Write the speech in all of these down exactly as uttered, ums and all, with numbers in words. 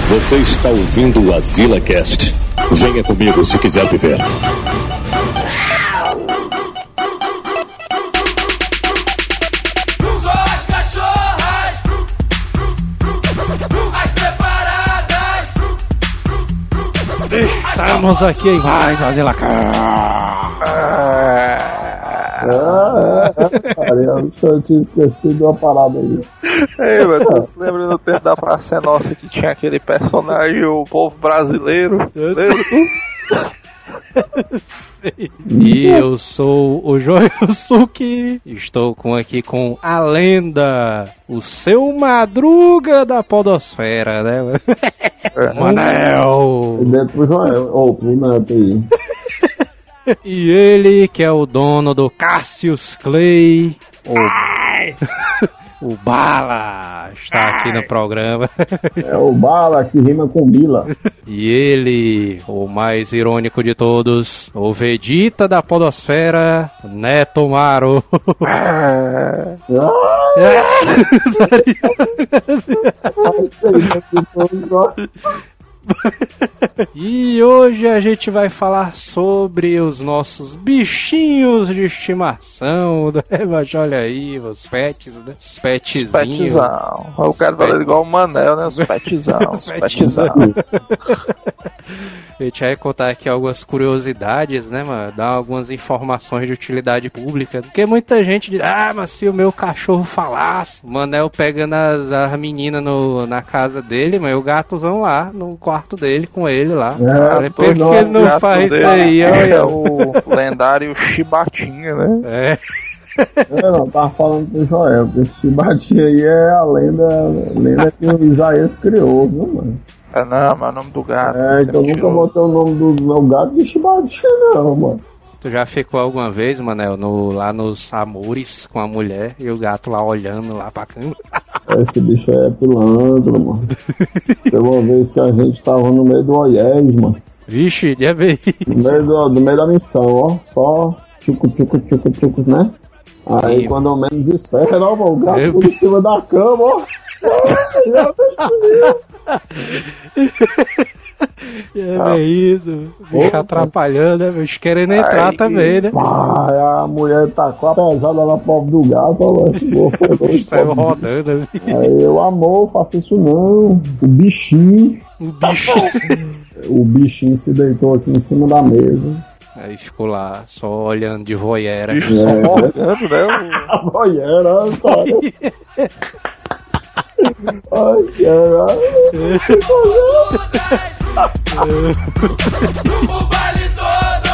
Você está ouvindo o AzilaCast. Venha comigo se quiser viver. Estamos aqui em mais AzilaCast. Ah, é, é, cara, eu só tinha esquecido uma parada aí. Ei, mas tu se lembra no tempo da Praça Nossa que tinha aquele personagem, o povo brasileiro? Lembra tu? E eu sou o Joelsuke, estou com, aqui com a lenda, o seu Madruga da podosfera, né? É. Manel! Dentro pro Joel, ou pro Neto aí. E ele que é o dono do Cassius Clay, o, o Bala, está aqui no programa. É o Bala que rima com Bila. E ele, o mais irônico de todos, o Vegeta da podosfera, Neto Maro. E hoje a gente vai falar sobre os nossos bichinhos de estimação, né? Mas olha aí, os pets, né? Os petzinhos. Petzão. Eu quero falar igual o Manel, né? Os petzão, os petzão. A gente vai contar aqui algumas curiosidades, né, mano? Dar algumas informações de utilidade pública. Porque muita gente diz, ah, mas se o meu cachorro falasse, o Manel pegando as, as meninas no, na casa dele, mas o gatozão lá, no quarto dele, com ele lá. É, depois que ele não faz isso aí, é, é o lendário Chibatinha, né? É. Eu não, tava falando pro Joel, que esse Chibatinha aí é a lenda, lenda que o Isaías criou, viu, mano? É não, mas é o nome do gato. É, então eu nunca botei o nome do meu gato de Chibatinha, não, mano. Tu já ficou alguma vez, Manel, no, lá nos amores com a mulher e o gato lá olhando lá pra cama? Esse bicho é pilantra, mano. Teve uma vez que a gente tava no meio do Oiés, mano. Vixe, já veio. No meio, do, no meio da missão, ó. Só tchucu, tchucu, tchucu, tchucu, né? Aí Sim. quando eu menos espero, ó, o gato eu... em cima da cama, ó. É isso, o bicho oh, atrapalhando, né? Bicho querendo entrar aí, também, né? Pai, a mulher tacou a pesada na pobre do gato, ó. Saiu rodando ali. Aí eu, amor, faça isso não. O bichinho. O bicho. O bichinho se deitou aqui em cima da mesa. Aí ficou lá, só olhando de voyera. É, só olhando, né? A voyera, olha, cara. Ai, caralho. O baile todo.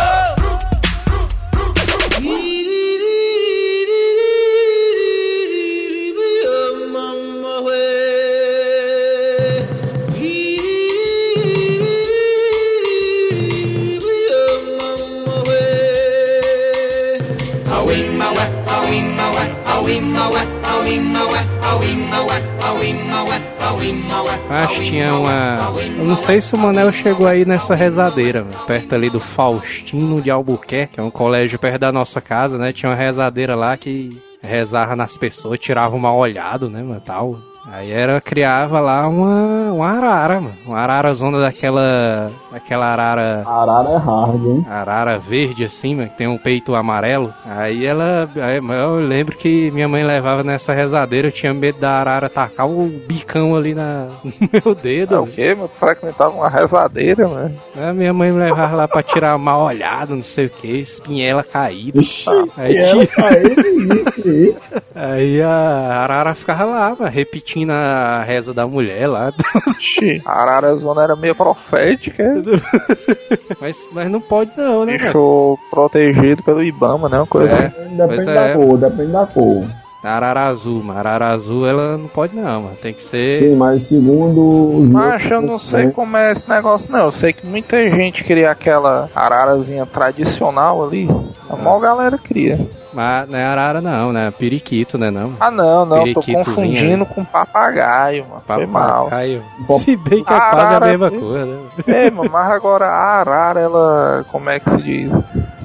Acho que tinha uma... Eu não sei se o Manel chegou aí nessa rezadeira, mano, perto ali do Faustino de Albuquerque, que é um colégio perto da nossa casa, né? Tinha uma rezadeira lá que rezava nas pessoas, tirava um mal olhado, né, mano, tal. Aí era, criava lá uma, uma arara, mano. Uma ararazona daquela... Daquela arara... Arara é hard, hein? Arara verde, assim, mano, que tem um peito amarelo. Aí ela... Aí eu lembro que minha mãe levava nessa rezadeira, eu tinha medo da arara tacar o bicão ali na, no meu dedo. É o quê, mano? Frequentava uma rezadeira, mano. A minha mãe me levava lá pra tirar mal olhado, não sei o que, espinhela caída. Ixi, aí, espinhela caída. Aí a arara ficava lá, mano, repetindo a reza da mulher lá. A ararazona era meio profética. mas, mas não pode não, né, Bicho protegido pelo Ibama, né? Uma coisa é, assim. Depende da é. cor, depende da cor. Arara azul, mas arara azul ela não pode não, mano. Tem que ser... Sim, mas segundo os Mas eu não sei como é esse negócio não. Eu sei que muita gente cria aquela ararazinha tradicional ali. A maior galera cria. Mas não é arara não, né? Periquito, né não? Ah não, não, tô confundindo com papagaio, mano. Foi mal. Se bem que é quase a mesma coisa, né? É, mas agora a arara, ela, como é que se diz?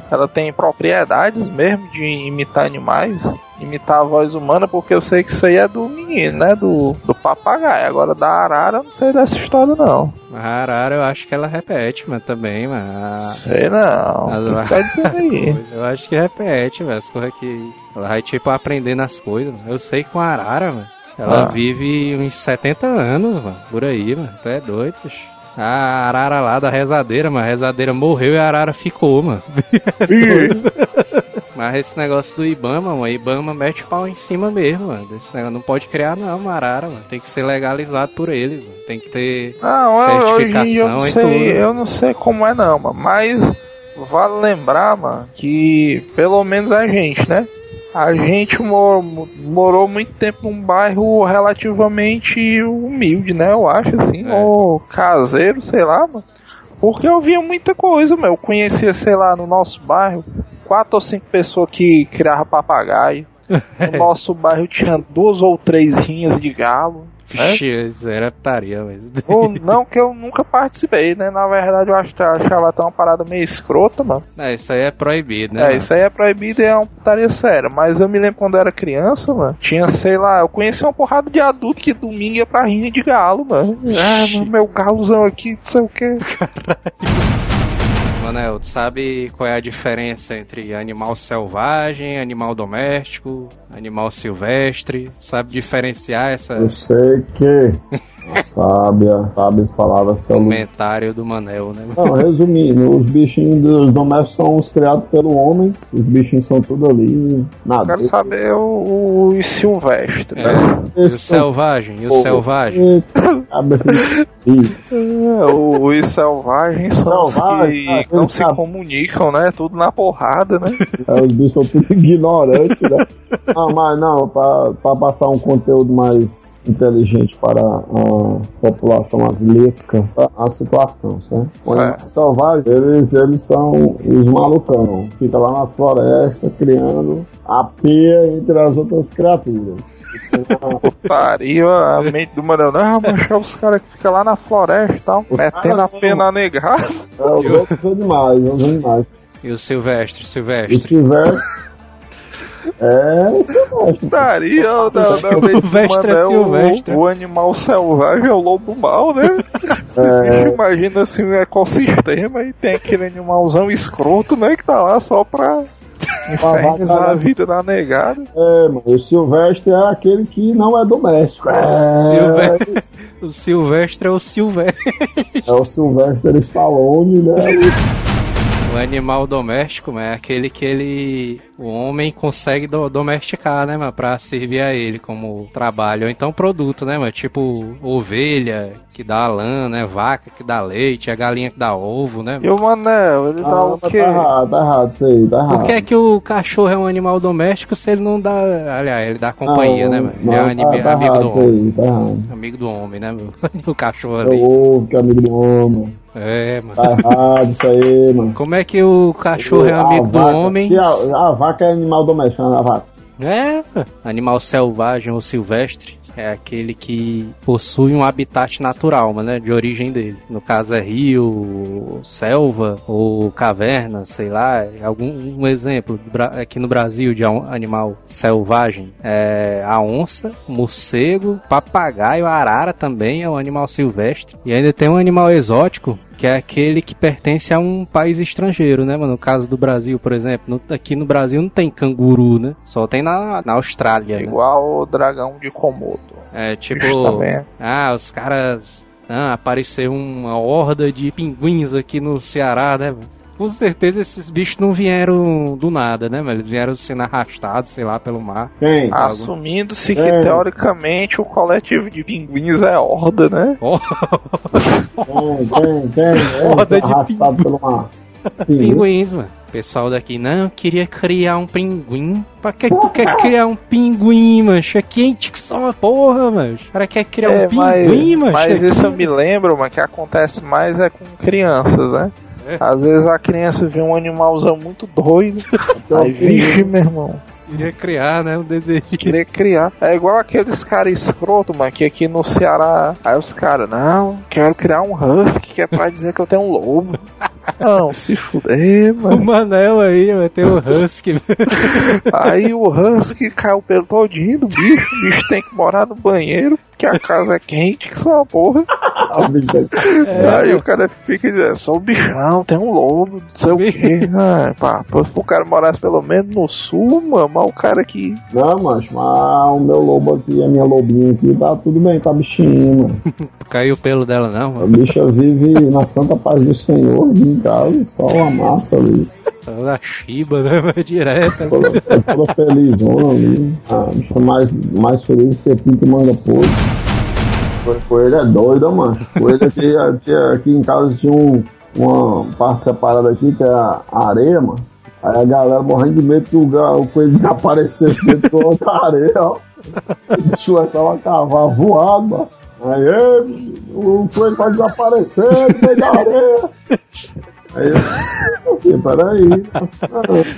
ela tem propriedades mesmo de imitar animais, imitar a voz humana, porque eu sei que isso aí é do menino, né? Do, do papagaio. Agora da arara eu não sei dessa história não. A arara eu acho que ela repete, mas também, mano. A... Sei não. As... Tá aí. Eu acho que repete, velho. As coisas que. Ela vai tipo aprendendo as coisas, mano. Eu sei que com a arara, mano. Ela ah. vive uns setenta anos, mano. Por aí, mano. Tu é doido, bicho. A arara lá da rezadeira, mano. A rezadeira morreu e a arara ficou, mano. Mas esse negócio do Ibama, mano, Ibama mete pau em cima mesmo, mano. Esse negócio não pode criar não, uma arara, mano. Tem que ser legalizado por eles, mano. Tem que ter não, certificação eu, eu não e sei, tudo. Eu não sei como é não, mano. Mas vale lembrar, mano, que pelo menos a gente, né? A gente mor- morou muito tempo num bairro relativamente humilde, né? Eu acho, assim, é. ou caseiro, sei lá, mano. Porque eu via muita coisa, meu. Eu conhecia, sei lá, no nosso bairro, quatro ou cinco pessoas que criavam papagaio. No nosso bairro tinha duas ou três rinhas de galo. Vixe, isso era putaria, mas... Ou não que eu nunca participei, né? Na verdade eu achava até uma parada meio escrota, mano. É, isso aí é proibido, né? É, mano? isso aí é proibido e é uma putaria séria. Mas eu me lembro quando eu era criança, mano. Tinha, sei lá, eu conheci uma porrada de adulto que domingo ia pra rinha de galo, mano. Ah, mano, meu galozão aqui, não sei o que. Caralho. Manel, tu sabe qual é a diferença entre animal selvagem, animal doméstico, animal silvestre? Sabe diferenciar essa... Eu sei que a sábia, sábias palavras que eu... Comentário do Manel, né? Não, resumindo, os bichinhos dos domésticos são os criados pelo homem, os bichinhos são tudo ali, nada. Quero saber o, o silvestre, é, né? E o selvagem, e o Pô, selvagem? o, os selvagens são Selvagem, os que não se comunicam, né? Tudo na porrada, né? É, os bichos são tudo ignorantes, né? Não, mas não, para passar um conteúdo mais inteligente para a população asléfica, a situação, certo? Os é. selvagens, eles, eles são os malucão, fica lá na floresta criando a peia entre as outras criaturas. Putaria, a mente do Manel, não, mas é os caras que ficam lá na floresta e tal, metendo a pena negada. É, os outros animais, os animais. E o silvestre, silvestre? O silvestre é o silvestre. Putaria, da, da mente do Manel, o, o animal selvagem é o lobo mau, né? Esse é... bicho imagina assim um ecossistema e tem aquele animalzão escroto, né, que tá lá só pra... infernizar a vida da negada. É, mano, o silvestre é aquele que não é doméstico. É... Silvestre, o silvestre é o silvestre. É o Sylvester Stallone, né? O animal doméstico, é aquele que ele, o homem consegue do, domesticar, né, mano, pra servir a ele como trabalho, ou então produto, né, mano, tipo ovelha que dá lã, né, vaca que dá leite, a galinha que dá ovo, né. E o Manel, ele ah, dá o quê? Tá errado, tá errado isso aí, tá errado. Por que é que o cachorro é um animal doméstico se ele não dá, aliás, ele dá companhia, não, né, mano, ele é um tá, tá amigo errado, do homem, aí, tá errado. Amigo do homem, né, meu, o cachorro ali. É o ovo que é amigo do homem. É, mano. Tá errado isso aí, mano. Como é que o cachorro é amigo a do vaca, homem? A, a vaca é animal doméstico, a vaca. É, animal selvagem ou silvestre é aquele que possui um habitat natural, né, de origem dele. No caso é rio, selva ou caverna, sei lá. Algum um exemplo aqui no Brasil de animal selvagem é a onça, morcego, papagaio, arara também é um animal silvestre. E ainda tem um animal exótico que é aquele que pertence a um país estrangeiro, né, mano? No caso do Brasil, por exemplo, no, aqui no Brasil não tem canguru, né? Só tem na, na Austrália, né? Igual o dragão de Komodo. É, tipo... Ah, os caras... Ah, apareceu uma horda de pinguins aqui no Ceará, né, mano? Com certeza esses bichos não vieram do nada, né, mas eles vieram sendo arrastados, sei lá, pelo mar. Quem? Assumindo-se que, Quem? teoricamente, o coletivo de pinguins é horda, né? Quem? Quem? Quem? Horda de arrastado pelo mar. Pinguins, mano. O pessoal daqui, não, eu queria criar um pinguim. Pra que tu quer criar um pinguim, mancho? É quente que só uma porra, mancho. O cara quer criar é, um pinguim, mas, mancho. Mas isso eu me lembro, mano, que acontece mais é com crianças, né? Às vezes a criança vê um animalzão muito doido. Aí, vixe, meu irmão. Queria criar, né? Um desejo. Queria criar. É igual aqueles caras escroto, mano, que aqui no Ceará. Aí os caras, não, quero criar um husky que é pra dizer que eu tenho um lobo. Não, se fuder, mano. O Manel aí, vai ter o Husky. Aí o Husky caiu pelo todinho do bicho. O bicho tem que morar no banheiro, porque a casa é quente, que só uma porra. É, aí o cara fica dizendo, sou o bichão, tem um lobo, não sei o quê. Ah, pá, se o cara morasse pelo menos no sul, mano, mas o cara aqui... Não, macho, mas o meu lobo aqui, a minha lobinha aqui, tá tudo bem com a bichinha, mano. Caiu o pelo dela não, mano. A bicha vive na santa paz do Senhor, em casa, só uma massa ali. Da Shiba, né? Vai direto. Toda, toda felizona ali. A bicha mais, mais feliz que pinta e manga podre. O coelho é doido, mano. O coelho aqui, aqui, aqui em casa tinha um, uma parte separada aqui, que é a areia, mano. Aí a galera morrendo de medo que o, o coelho desaparecesse dentro da outra areia, ó. O bicho começava a cavar voado, mano. Aí, ei, o coelho vai desaparecer no meio da areia. Aí eu, peraí.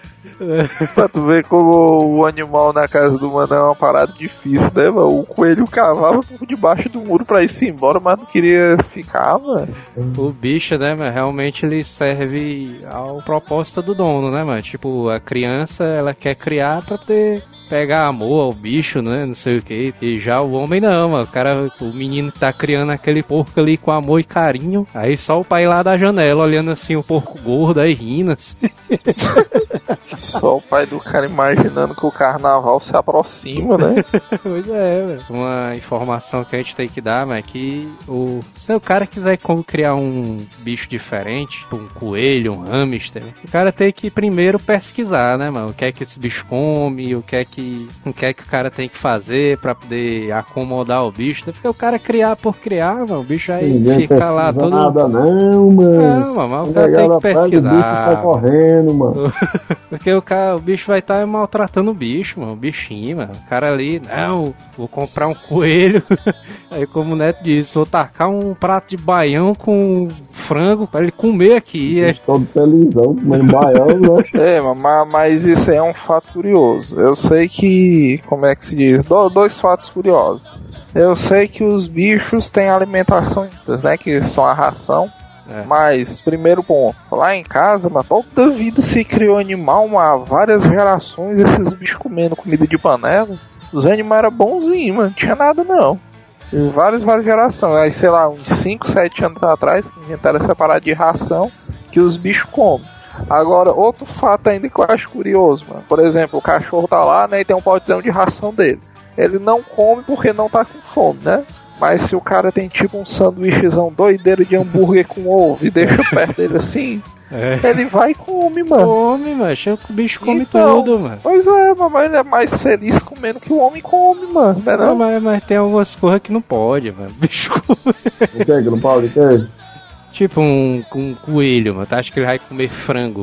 Pra tu ver como o animal na casa do mano é uma parada difícil, né, mano? O coelho cavava por debaixo do muro pra ir-se embora, mas não queria ficar, mano. O bicho, né, mano, realmente ele serve ao propósito do dono, né, mano? Tipo, a criança, ela quer criar pra ter... pegar amor ao bicho, né, não sei o que. E já o homem não, mano. O cara, o menino tá criando aquele porco ali com amor e carinho. Aí só o pai lá da janela olhando assim o porco gordo aí rindo assim. Só o pai do cara imaginando que o carnaval se aproxima, né? Pois é, velho. Uma informação que a gente tem que dar, mas é que o... se o cara quiser como criar um bicho diferente, tipo um coelho, um hamster, o cara tem que primeiro pesquisar, né, mano? O que é que esse bicho come, o que é que, o que é que o cara tem que fazer pra poder acomodar o bicho. Porque o cara criar por criar, mano, o bicho aí ninguém fica lá todo... nada não, mano. Não, mano, mas o cara tem que pesquisar. O bicho sai correndo, mano. Porque o, cara, o bicho vai estar tá maltratando o bicho, mano. O bichinho, mano. O cara ali, não, vou comprar um coelho. Aí, como o Neto disse, vou tacar um prato de baião com frango pra ele comer aqui. É. Todo felizão, comendo baião, né? É, mas, mas isso é um fato curioso. Eu sei que, como é que se diz? Do, dois fatos curiosos. Eu sei que os bichos têm alimentação, né? Que são a ração. É. Mas, primeiro ponto, lá em casa, mas toda vida se criou animal, há várias gerações, esses bichos comendo comida de panela. Os animais eram bonzinhos, mano, não tinha nada não. E várias, várias gerações. Aí, sei lá, uns cinco, sete anos atrás, que inventaram essa parada de ração que os bichos comem. Agora, outro fato ainda que eu acho curioso, mano. Por exemplo, o cachorro tá lá, né, e tem um potezão de ração dele. Ele não come porque não tá com fome, né? Mas se o cara tem tipo um sanduíchezão doideiro de hambúrguer com ovo e deixa perto dele assim, é. Ele vai e come, mano. Come, mano. O bicho come então, tudo, mano. Pois é, mas ele é mais feliz comendo que o homem come, mano. Não é não? Não, mas, mas tem algumas coisas que não pode, mano. O bicho come. O que que não pode? O que? Tipo um, um coelho, mano. Tu acha que ele vai comer frango?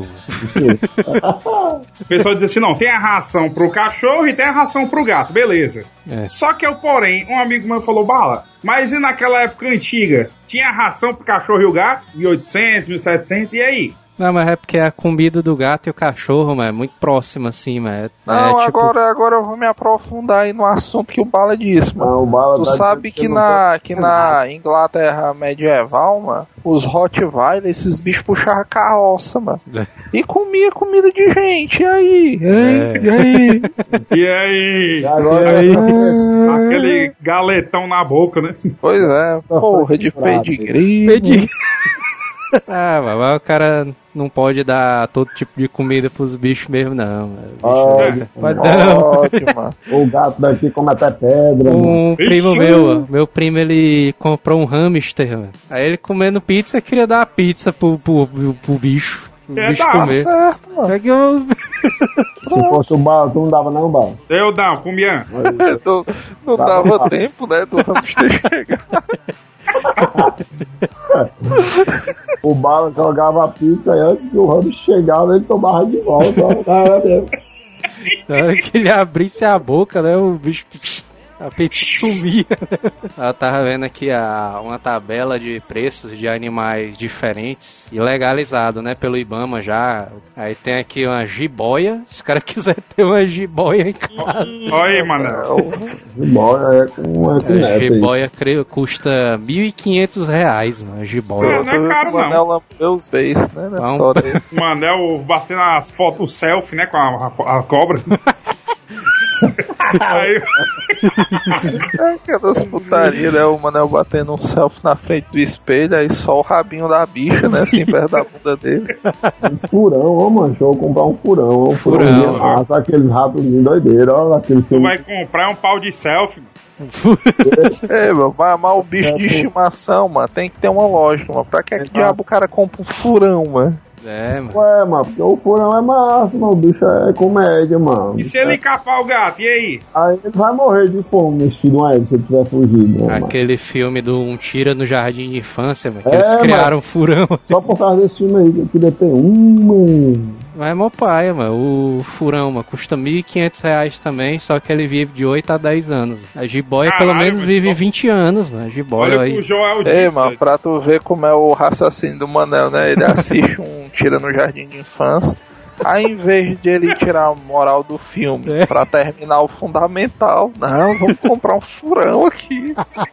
O pessoal diz assim, não, tem a ração pro cachorro e tem a ração pro gato, beleza. É. Só que eu, porém, um amigo meu falou, Bala, mas e naquela época antiga? Tinha ração pro cachorro e o gato? mil e oitocentos, mil e setecentos, e aí? Não, mas é porque a comida do gato e o cachorro, mano, é muito próxima, assim, mano. Não, é, tipo... agora, agora eu vou me aprofundar aí no assunto que o Bala disse, mano. Não, o Bala tu sabe que, que na, que na Inglaterra medieval, mano, os Rottweiler, esses bichos puxavam carroça, mano. É. E comia comida de gente, e aí? É. E aí? E aí? E agora e aí? É. Aquele galetão na boca, né? Pois é, porra de pedigree. Pedigree. Ah, mas o cara não pode dar todo tipo de comida pros bichos mesmo, não. Pode, é, pode não. O gato daqui come até pedra. Um mano. primo Ixi. meu, meu primo, ele comprou um hamster, mano. Aí ele comendo pizza, queria dar a pizza pro, pro, pro, pro bicho. O é, bicho dá comer. Certo, mano. É que eu... Se fosse o Bala, tu não dava não, Bala? Eu não, comia. não não dava, dava tempo, né, do hamster chegar. O Bala jogava a pizza e antes que o Ramos chegava, ele tomava de volta. Na hora que ele abrisse a boca, né, o bicho apetite sumia. Eu tava vendo aqui a, uma tabela de preços de animais diferentes e legalizado, né, pelo Ibama já. Aí tem aqui uma jiboia, se o cara quiser ter uma jiboia em casa. Olha aí, Manel. Jiboia é com, é com A neto, jiboia creio, custa mil e quinhentos reais, mano, a jiboia. Não, não é caro, o Manel lambeu os beijos, né? Nessa Não. hora aí. O Manel batendo as fotos selfie, né, com a, a, a cobra. Aí, É aquelas putarias, né? O Manel batendo um selfie na frente do espelho, aí só o rabinho da bicha, né? Assim, perto da bunda dele. Um furão, ó, mano. Deixa eu comprar um furão. Um Furão, furãozinho massa, aqueles ratos doideiros, ó. Aquele tu filme. vai comprar um pau de selfie, mano. É, mano, mas, mas o bicho de estimação, mano, tem que ter uma lógica, mano. Pra que, que diabo o cara compra um furão, mano? É, mano. Ué, mano, porque o furão é massa, mano. O bicho é comédia, mano. E se ele capar o gato, e aí? Aí ele vai morrer de fome nesse tiro aí, se ele tiver fugido, né, mano? Aquele filme do Um Tira no Jardim de Infância, mano, que É, eles criaram um furão. Só por causa desse filme aí que eu queria ter um, mano. Mas é mó paia, mano. O furão, mano, custa mil e quinhentos reais também, só que ele vive de oito a dez anos. A jiboia Caralho, pelo menos mas vive só- vinte anos, mano. A jiboia Olha aí. o Joel Ei, disse, mano, pra tu ver como é o raciocínio do Manel, né? Ele assiste um Tira no Jardim de Infância. Aí, em vez de ele tirar a moral do filme É. pra terminar o fundamental, não, vamos comprar um furão aqui.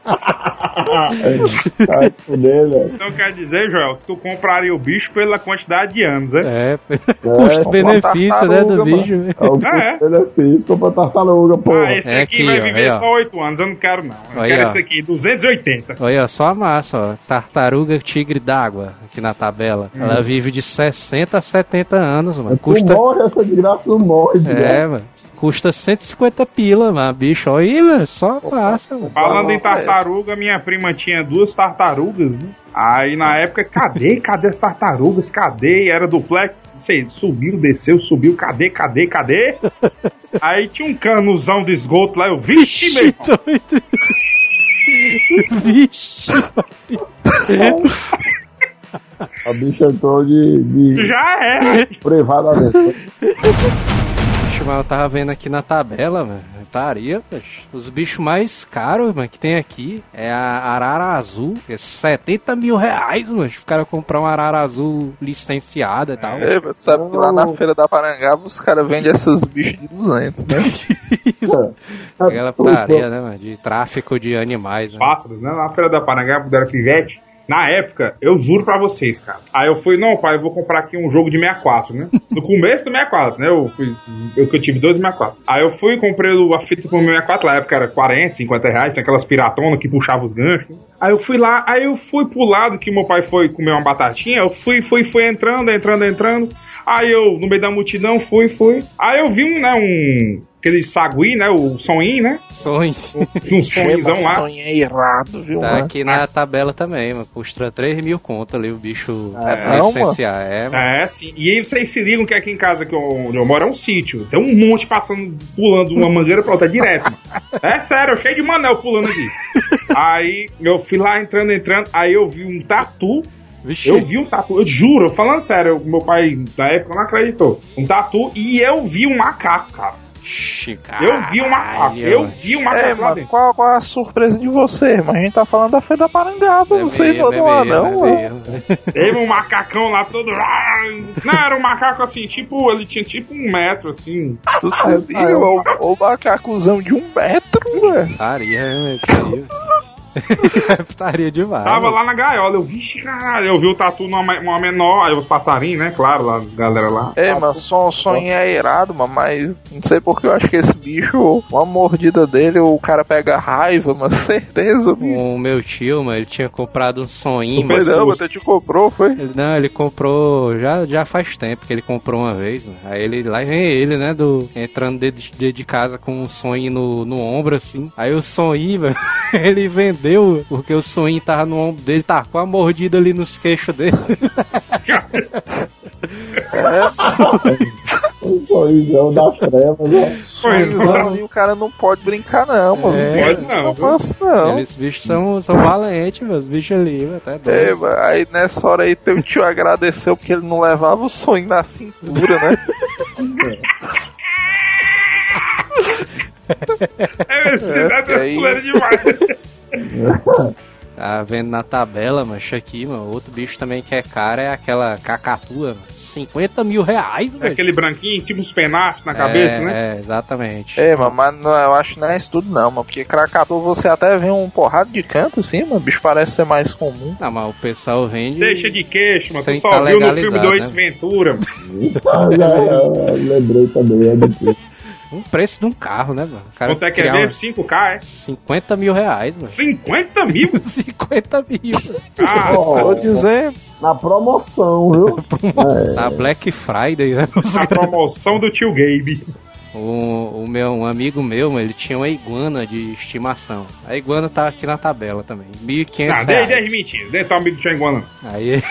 Ai, fuder, velho. Então quer dizer, Joel, que tu compraria o bicho pela quantidade de anos, né? É, É, custo-benefício, né, do tartaruga, bicho. né? é o Ah, é? benefício, compra tartaruga, porra. Ah, esse É aqui aqui, vai ó, viver aí, ó. só oito anos, eu não quero não. Eu Aí, quero ó. esse aqui, duzentos e oitenta. Olha, só a massa, ó. Tartaruga tigre d'água, aqui na tabela. Hum. Ela vive de sessenta a setenta anos, mano. Tu Custa. morre, essa desgraça não morre, É, desgraça. mano. Custa cento e cinquenta pila, mano. Bicho, olha aí, mano. Só passa, mano. Falando em tartaruga, minha prima tinha duas tartarugas, né? Aí na época, cadê? Cadê as tartarugas? Cadê? Era duplex, sei, subiu, desceu, subiu, cadê, cadê, cadê? Aí tinha um canuzão de esgoto lá, eu, vixe, meu irmão. Doido. Vixe. A bicha entrou de, de Já era. privadamente. Bicho, mas eu tava vendo aqui na tabela, mano. Taria, bicho. Os bichos mais caros, mano, que tem aqui é a arara azul, que é setenta mil reais, mano. Os caras comprar uma arara azul licenciada e tal. É, mas sabe que lá na feira da Parangaba os caras vendem esses bichos de duzentos, né? É, Aquela putaria, né, mano? De tráfico de animais, né? Pássaros, né? Na feira da Parangaba, quando era pivete. Na época, eu juro pra vocês, cara. Aí eu fui, não, pai, eu vou comprar aqui um jogo de sessenta e quatro, né? No começo do sessenta e quatro, né? Eu fui, eu que eu tive dois sessenta e quatro. Aí eu fui e comprei a fita pro sessenta e quatro, na época era quarenta, cinquenta reais, tinha aquelas piratonas que puxavam os ganchos. Né? Aí eu fui lá, aí eu fui pro lado que meu pai foi comer uma batatinha, eu fui, fui, fui entrando, entrando, entrando. Aí eu, no meio da multidão, fui, fui. Aí eu vi um, né, um... aquele sagui, né, o soninho, né? Sonho. Um sonhozão lá. Sonho é errado, viu, Tá mano? aqui na tabela também, mano. Custa três mil conto ali o bicho É, licenciar. É, mano. É, sim. E aí vocês se ligam que aqui em casa que eu, onde eu moro é um sítio. Tem um monte passando, pulando de uma mangueira pra outra direto, mano. É sério, cheio de manel pulando aqui. Aí eu fui lá entrando, entrando, aí eu vi um tatu. Vixe. Eu vi um tatu, eu juro, falando sério, meu pai na época não acreditou. Um tatu e eu vi um macaco, cara. Ixi, Eu vi um macaco, eu vi um macaco É, lá mano, dentro. qual, qual é a surpresa de você? Mas a gente tá falando da feira da Parangaba, É não sei mesmo, quando lá é mesmo, não, é mano. mesmo. Teve um macacão lá todo. Não, era um macaco assim, tipo, ele tinha tipo um metro assim. Tu se liga, o, o macacuzão de um metro, velho. Putaria, né, meu? É putaria demais. Tava mano. lá na gaiola, eu, vixe, caralho, eu vi o tatu numa uma menor, aí os passarinhos, né, claro, lá, a galera lá. É, mano, son, sonho é irado, mano, mas não sei porque eu acho que esse bicho, uma mordida dele, o cara pega raiva, mano, certeza, bicho. O meu tio, mano, ele tinha comprado um soninho, Foi mas Não, você te comprou, foi? ele, não, ele comprou, já, já faz tempo que ele comprou uma vez, mano. Aí ele, lá vem ele, né, do, entrando dentro de, de casa com um sonho no, no ombro, assim. Aí o sonho, velho, ele vendeu, porque o sonho tava no ombro dele, tá com a mordida ali nos queixos dele. O sorrisão das trevas, né? Pois Mas não. ali o cara não pode brincar, não, mano. É, pode não, Não viu? posso, não. Eles bichos são, são valentes, mano, os bichos ali, mano, tá doido. É, mano, aí nessa hora aí teu tio agradeceu porque ele não levava o sonho na cintura, né? É, você tá tranquilo demais. Tá vendo na tabela, mancha aqui, mano. Outro bicho também que é caro é aquela cacatua, mano. cinquenta mil reais, velho. É aquele branquinho, tipo uns penachos na cabeça, é, né? É, exatamente. É, mano, mas não, eu acho que não é isso tudo não, mano. Porque Krakatoa você até vê um porrado de canto assim, mano. O bicho parece ser mais comum. Não, mas o pessoal vende. Deixa de queixo, mano. Tu só tá viu no filme do Ace Ventura. Lembrei também, é do Um preço de um carro, né, mano? O cara quanto é que é mesmo? cinco K, é? cinquenta mil reais, mano. cinquenta mil? cinquenta mil. Ah, oh, tô dizendo. Na promoção, viu? É. Na Black Friday, né? Na promoção do tio Gabe. O, o meu, um amigo meu, ele tinha uma iguana de estimação. A iguana tá aqui na tabela também. mil e quinhentos Não, reais. desde mentira. Desde teu amigo tinha iguana. Aí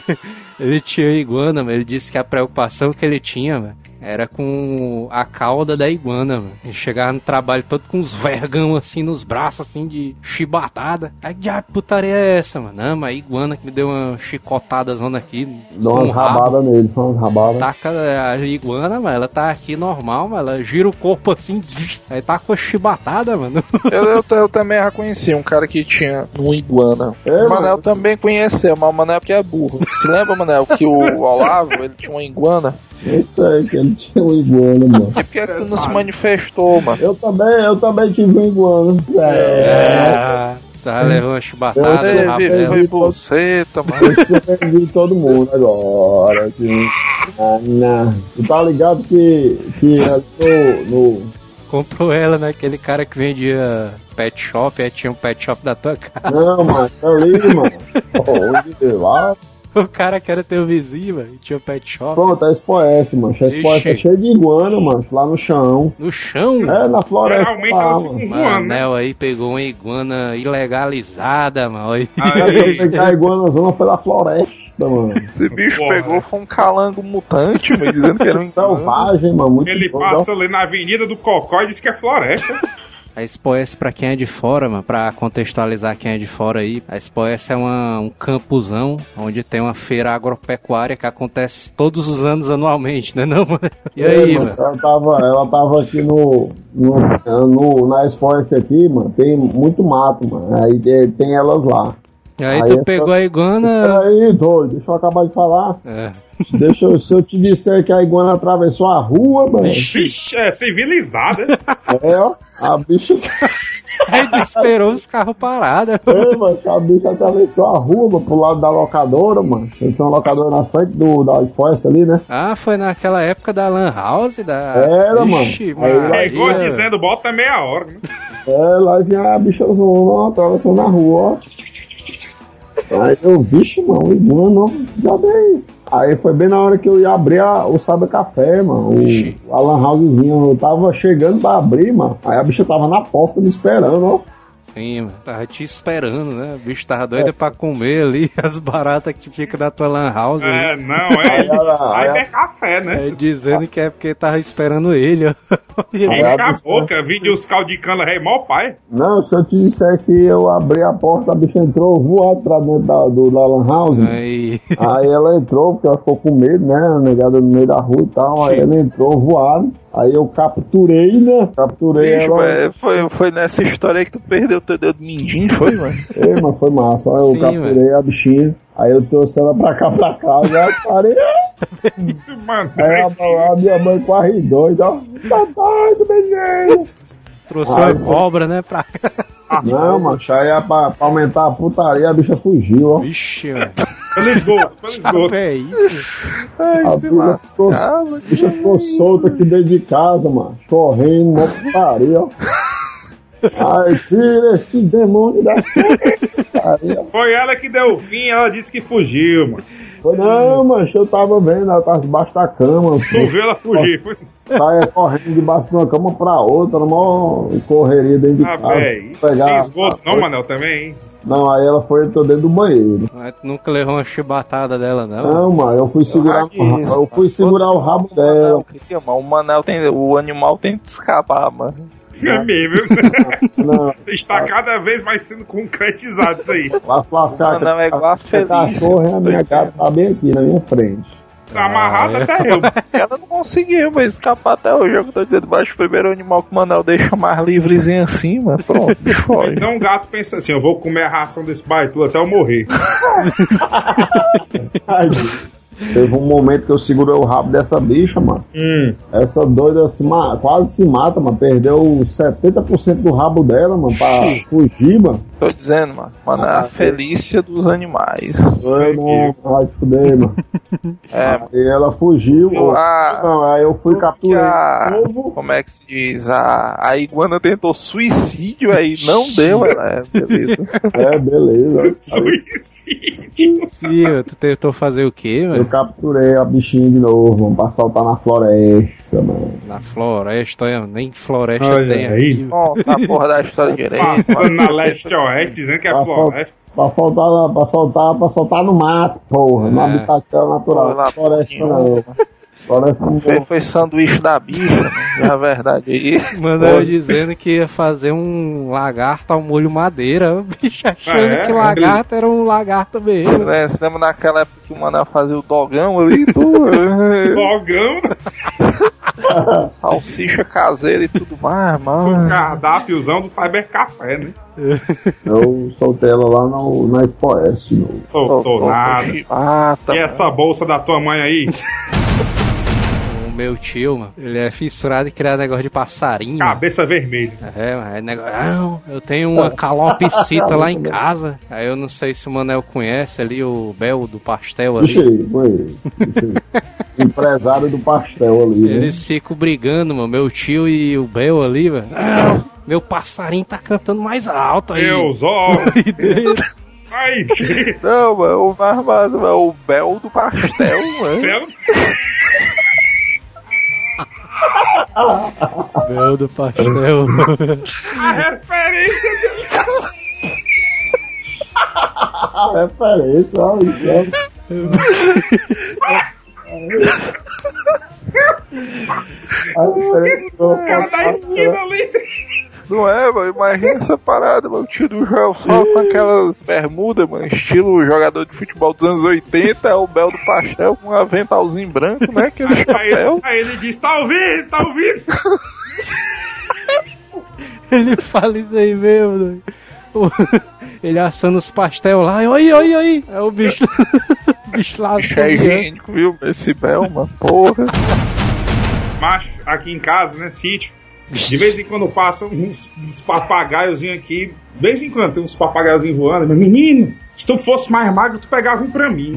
ele tinha iguana, mas ele disse que a preocupação que ele tinha, mano, era com a cauda da iguana, mano. Ele chegava no trabalho todo com uns vergão assim nos braços, assim, de chibatada. Aí que putaria é essa, mano? Não, mas a iguana que me deu uma chicotada zona aqui. Dá umas rabadas nele, umas rabadas. Taca a iguana, mano, ela tá aqui normal, mano. Ela gira o corpo assim, aí tá com a chibatada, mano. Eu, eu, eu também já conheci um cara que tinha uma iguana. É, o Manel também conheceu, mas o Manel porque é burro. Se lembra, Manel, que o Olavo, ele tinha uma iguana? Eu sei que ele tinha uma iguana, mano. E por que tu não se manifestou, mano? Eu também, eu também tive uma iguana. É. é. Tá levando uma chibatada no rabo dela. Foi buceta, mano. Você viu todo mundo agora. Que... Ah, não. Tu tá ligado que, que ali no, no... Comprou ela naquele cara que vendia pet shop, aí tinha um pet shop da tua casa. Não, mano, tá ali, mano. Onde lá? O cara que era teu vizinho, mano, e tinha um pet shop. Pronto, é Expoesse, mano. A Expoesse é cheio de iguana, mano, lá no chão. No chão? É, na floresta. Geralmente lá, elas mano. ficam voando, né? Manel aí pegou uma iguana ilegalizada, mano. Aí. Aí, eu pegar a iguana zona foi da floresta, mano. Esse bicho Porra. pegou, foi um calango mutante, mano, dizendo que era um Selvagem, mano. Muito Ele bom, passa ali na Avenida do Cocó e diz que é floresta. A Expoesse, pra quem é de fora, mano, pra contextualizar quem é de fora aí, a Expoesse é uma, um campusão onde tem uma feira agropecuária que acontece todos os anos anualmente, né não, mano? E aí, é, mano? Ela tava, ela tava aqui no, no, no na Expoesse aqui, mano, tem muito mato, mano. Aí tem, tem elas lá. E aí, Aí tu eu pegou tô- a iguana... Peraí, doido, deixa eu acabar de falar. É. Deixa eu, se eu te disser que a iguana atravessou a rua, mano. Vixe, é civilizada. É, ó, a bicha. Aí desesperou os carros parados. É, mano, a bicha atravessou a rua, mano, pro lado da locadora, mano. Tem uma locadora na frente do, da Expoesse ali, né? Ah, foi naquela época da Lan House, da... Era, Ixi, mano. Aí lá- Maria. Pegou dizendo, bota meia hora. Né? É, lá vinha a bicha zona atravessando a rua, ó. Aí eu, vixe, mano, iguana, já dei isso. Aí foi bem na hora que eu ia abrir a, o Sabe Café, mano, Ixi. o, a Lan Housezinho. Eu tava chegando pra abrir, mano. Aí a bicha tava na porta me esperando, ó. Sim, mano. Tava te esperando, né? O bicho tava doido pra comer ali as baratas que ficam na tua Lan House. É, ali. não, é Aí ela- aí cyber ela- café, né? É, dizendo que é porque tava esperando ele, ó. Quem Aí a acabou, bicha- que vídeo os caldos de cana rei mó pai. Não, se eu te disser que eu abri a porta, a bicha entrou voado pra dentro da, do, da Lan House. Aí, Aí ela entrou, porque ela ficou com medo, né? A negada no meio da rua e tal. Aí Sim. ela entrou voado. Aí eu capturei, né? Capturei Bicho, ela. é, foi, foi nessa história aí que tu perdeu teu dedo mindinho, foi, mano? Ei, mas foi massa. Aí eu Sim, capturei a bichinha. Aí eu trouxe ela pra cá, pra casa. Aí eu parei. Mano, Aí a, a minha mãe quase doida, ó. Tá doido, menino. trouxe Ai, uma cobra, né? Pra cá. Não, macho, aí é pra, pra aumentar a putaria, a bicha fugiu, ó. Vixe, mano. pelo esgoto, pelo esgoto. É isso. Ai, A se bicha ficou, lascava, a bicha ficou solta aqui dentro de casa, mano. Correndo, mó putaria, ó. Ai, tira este demônio daqui. Putaria. Foi ela que deu o fim, ela disse que fugiu, mano. Foi, não, macho, eu tava vendo, ela tava debaixo da cama. Tu viu ela fugir, foi. Saia correndo debaixo de uma cama pra outra, mó correria dentro de Ah, casa. véi. Pegar- Tem esgoto não, Manel, também, hein? Não, aí ela foi, entrou dentro do banheiro. Mas tu nunca levou uma chibatada dela, não? Não, mano, eu fui segurar, que isso, eu fui segurar o rabo O Manel dela. queria, mano. O Manel tem. O animal tem que escapar, mano. É mesmo. Não, Está cada vez mais sendo concretizado isso aí. lá lascar Não, é igual a a Felícia. cachorra e a minha gata tá bem aqui na minha frente. Amarrado até eu. Ela não conseguiu, mas escapar até hoje. Eu tô dizendo, baixo o primeiro animal que o Manel deixa mais livrezinho assim, mano. Pronto, foge. Então o gato pensa assim, eu vou comer a ração desse baitu até eu morrer. Ai, teve um momento que eu segurei o rabo dessa bicha, mano. Hum. Essa doida se ma- quase se mata, mano. Perdeu setenta por cento do rabo dela, mano, pra fugir, mano. Tô dizendo, mano. Mano, é a felícia dos animais. Eu não, vai te fuder, mano. É, E ela fugiu. a- Não, aí eu fui capturei a- de novo. Como é que se diz? A, a iguana tentou suicídio aí, não deu, ela é, beleza. É, beleza. Suicídio. Sim, tu tentou fazer o quê, Eu mano? capturei a bichinha de novo, mano, pra soltar na floresta, mano. Na floresta, eu- nem floresta Olha tem aí. aqui. Bom, tá porra da história direito. Passando na leste-oeste, dizendo que é Pra, sol- floresta. pra, soltar, pra, soltar, pra soltar no mato, porra, É. na habitação natural. Foi lá, Floresta porra não. Floresta não. Foi, foi sanduíche da bicha, né? Na verdade aí. Mano, eu dizendo que ia fazer um lagarto ao molho madeira. O bicho achando Ah, é? que lagarto era um lagarto mesmo. Né, você lembra naquela época que o Manel fazia o dogão ali? Tudo, Dogão, salsicha caseira e tudo mais, o mano. cardápiozão do Cybercafé, né? Eu soltei ela lá no, na Expoeste. No... Soltou nada. Ah, tá. E essa bolsa da tua mãe aí? O meu tio, mano, ele é fissurado em criar negócio de passarinho. Cabeça vermelha. É, mas é negócio. Não, eu tenho uma calopsita lá em casa. Aí eu não sei se o Manel conhece ali o Bel do pastel ali. Puxei, foi ele. Puxei. Empresário do pastel ali, né? Eles ficam brigando, mano. Meu tio e o Bel ali, velho. Não, meu passarinho tá cantando mais alto aí. Meus olhos. Ai, Não, mano, o mais massa, mano, o Bel do pastel, mano. Belo. Bel do pastel. A referência dele. A referência, olha isso. A referência do O cara da esquina ali. Não é, mano? Imagina essa parada, mano. O tio do Joel só com aquelas bermudas, mano. Estilo jogador de futebol dos anos oitenta. É o Bel do pastel com um aventalzinho branco, né? Aquele Aí, chapéu. aí ele diz: tá ouvindo, tá ouvindo. Ele fala isso aí mesmo, doido. O- Ele assando os pastel lá, e oi, oi, oi. É o bicho. O bicho lá. Bicho é higiênico, viu? Esse Bel, mano. Porra. Macho, aqui em casa, né, sítio, de vez em quando passam uns, uns papagaiozinhos aqui, de vez em quando tem uns papagaiozinhos voando, meu menino, se tu fosse mais magro, tu pegava um pra mim.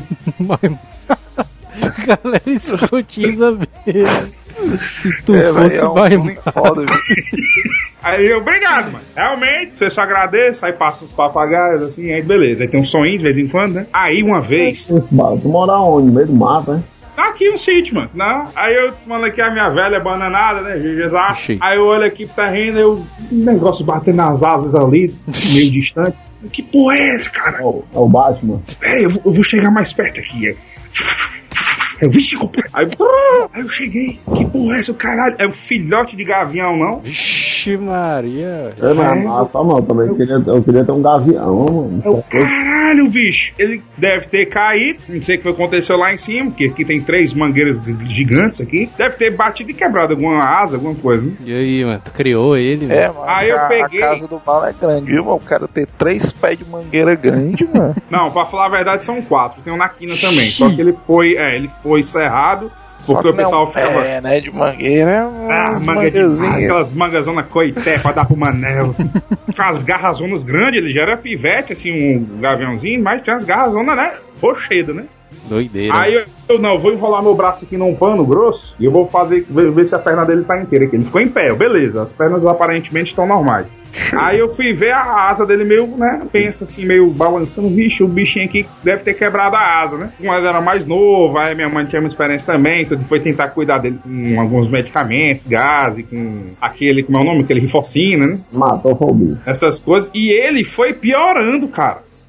A galera escotiza mesmo. Se tu É, fosse véio, é um mais bullying foda, viu? Aí eu, obrigado, mano. Realmente, você só agradece, aí passa os papagaios, assim, aí beleza. Aí tem um soninho de vez em quando, né? Aí uma vez, Tu mora onde? No meio do mato, né? tá aqui um sítio, mano. Não. Aí eu mando aqui a minha velha bananada, né? G G Zá. Sim. Aí eu olho aqui pro terreno, eu. Um negócio batendo nas asas ali, meio distante. Que porra é essa, cara? É o, é o Batman. Pera aí, eu vou, eu vou chegar mais perto aqui. Eu vi se Aí, aí eu cheguei. Que porra é essa, caralho? É um filhote de gavião, não? Vixe Maria. É, mas massa, não. Também queria, eu queria ter um gavião, mano. É o caralho, bicho. Ele deve ter caído. Não sei o que aconteceu lá em cima, porque aqui tem três mangueiras gigantes aqui. Deve ter batido e quebrado alguma asa, alguma coisa, né? E aí, mano, tu criou ele, É, velho? mano. Aí eu a, peguei- a casa do mal é grande, viu, mano? O cara ter três pés de mangueira grande, mano. Não, pra falar a verdade, são quatro. Tem um na quina também. Só que ele foi, é, ele foi cerrado. Só Porque que o pessoal não, ficava. É, né? De mangueira é Ah, umas manga de mangazinhas. aquelas mangazonas coité pra dar pro Manel. Com as garrazonas grandes, ele já era pivete, assim, um gaviãozinho, mas tinha as garrazonas, né? Rocheda, né? Doideira. Aí eu, eu não, eu vou enrolar meu braço aqui num pano grosso e eu vou fazer, ver, ver se a perna dele tá inteira aqui. Ele ficou em pé, beleza, as pernas aparentemente estão normais. Aí eu fui ver a asa dele meio, né, pensa assim, meio balançando, bicho, o bichinho aqui deve ter quebrado a asa, né? Mas era mais novo, aí minha mãe tinha uma experiência também, então foi tentar cuidar dele com alguns medicamentos, gás, e com aquele, como é o nome? Aquele rifocina, né? Matou o bicho. Essas coisas, e ele foi piorando, cara.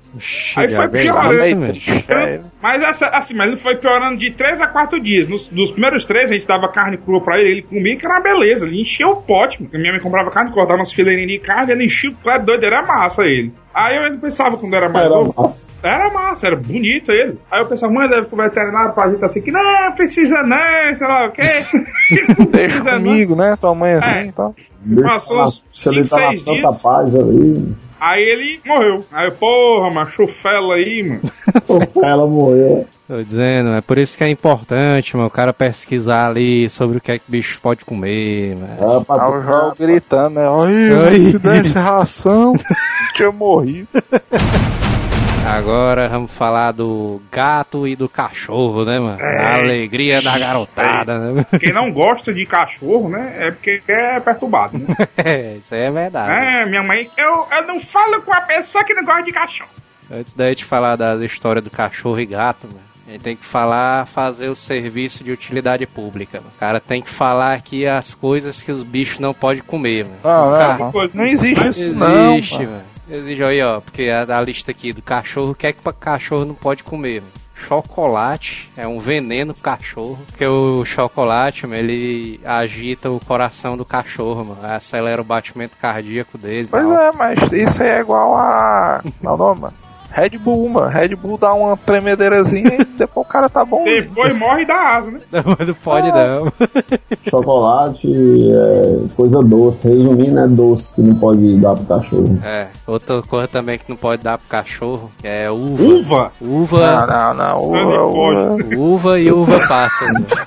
Aí foi piorando. Mas essa, assim, mas ele foi piorando de três a quatro dias. Nos, nos primeiros três, a gente dava carne crua pra ele, ele comia que era uma beleza. Ele enchia o pote. Porque minha mãe comprava carne, cortava umas fileirinhas de carne, ele enchia o pote doido, era massa ele. Aí eu ainda pensava, quando era mais novo, era massa. era massa, era bonito ele. Aí eu pensava, mãe, deve ir pro veterinário pra gente assim, que não, precisa não, sei lá o quê. Deixa comigo, não. né? Tua mãe assim e é. tal. Passou uns cinco, seis dias. Paz ali. Aí ele morreu. Aí, porra, mano, chufela aí, mano. Chufela morreu. Tô dizendo, é por isso que é importante, mano, o cara pesquisar ali sobre o que é que o bicho pode comer, mano. É, pra ah, o João gritando, né? Ai, se desse ração, tinha morrido. Agora vamos falar do gato e do cachorro, né, mano? É. A alegria da garotada, é. né? Quem não gosta de cachorro, né, é porque é perturbado, né? É, isso aí é verdade. É, minha mãe, eu, eu não falo com a pessoa que não gosta de cachorro. Antes da gente falar das histórias do cachorro e gato, mano, a gente tem que falar, fazer o serviço de utilidade pública. Mano. O cara tem que falar aqui as coisas que os bichos não podem comer, mano. Não, cara, não, não, não existe isso, existe, não. Existe, mano. Exige aí, ó, porque a, a lista aqui do cachorro, o que é que o cachorro não pode comer, mano? Chocolate é um veneno pro cachorro, porque o chocolate, mano, ele agita o coração do cachorro, mano, acelera o batimento cardíaco dele. Pois tal. é, mas isso é igual a... Não, não, mano. Red Bull, mano. Red Bull dá uma tremedeirazinha e depois o cara tá bom. Depois morre e dá asa, né? Não, não pode ah. não. Chocolate é coisa doce. Resumindo, é doce que não pode dar pro cachorro. É, outra coisa também que não pode dar pro cachorro é uva. Uva? Uva. Não, não, não. Uva, uva. uva e uva passa.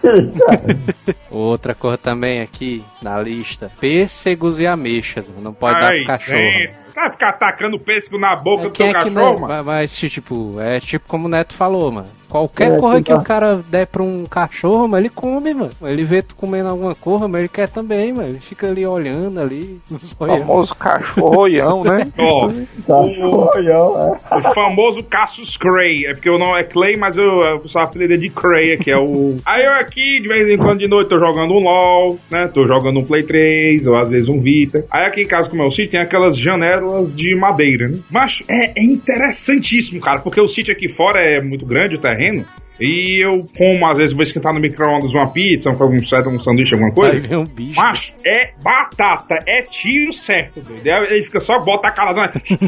Outra coisa também aqui na lista: pêssegos e ameixas. Não pode Ai, dar pro cachorro. É. Vai ficar atacando pêssego na boca é do teu é cachorro, não, mano? Mas, tipo, é tipo como o Neto falou, mano. Qualquer é, coisa que, que o cara der pra um cachorro, mano, ele come, mão. Ele vê tu comendo alguma coisa, mas ele quer também, mano. Ele fica ali olhando ali. O famoso cachorro-olhão, né? Ó, cachorro-olhão, é. O famoso Cassius Clay. É porque o nome é Clay, mas eu, eu sou apelido de Clay aqui. É o... Aí eu aqui, de vez em quando de noite, tô jogando um LOL, né? Tô jogando um Play três, ou às vezes um Vita. Aí aqui em casa, como é o sítio, tem aquelas janelas de madeira, né? Mas é, é interessantíssimo, cara, porque o sítio aqui fora é muito grande, o terreno. E eu, como às vezes vou esquentar no micro-ondas uma pizza, um, um sanduíche, alguma coisa. Vai ver um bicho. Mas é batata, é tiro certo, doido. Ele fica só, bota a calazão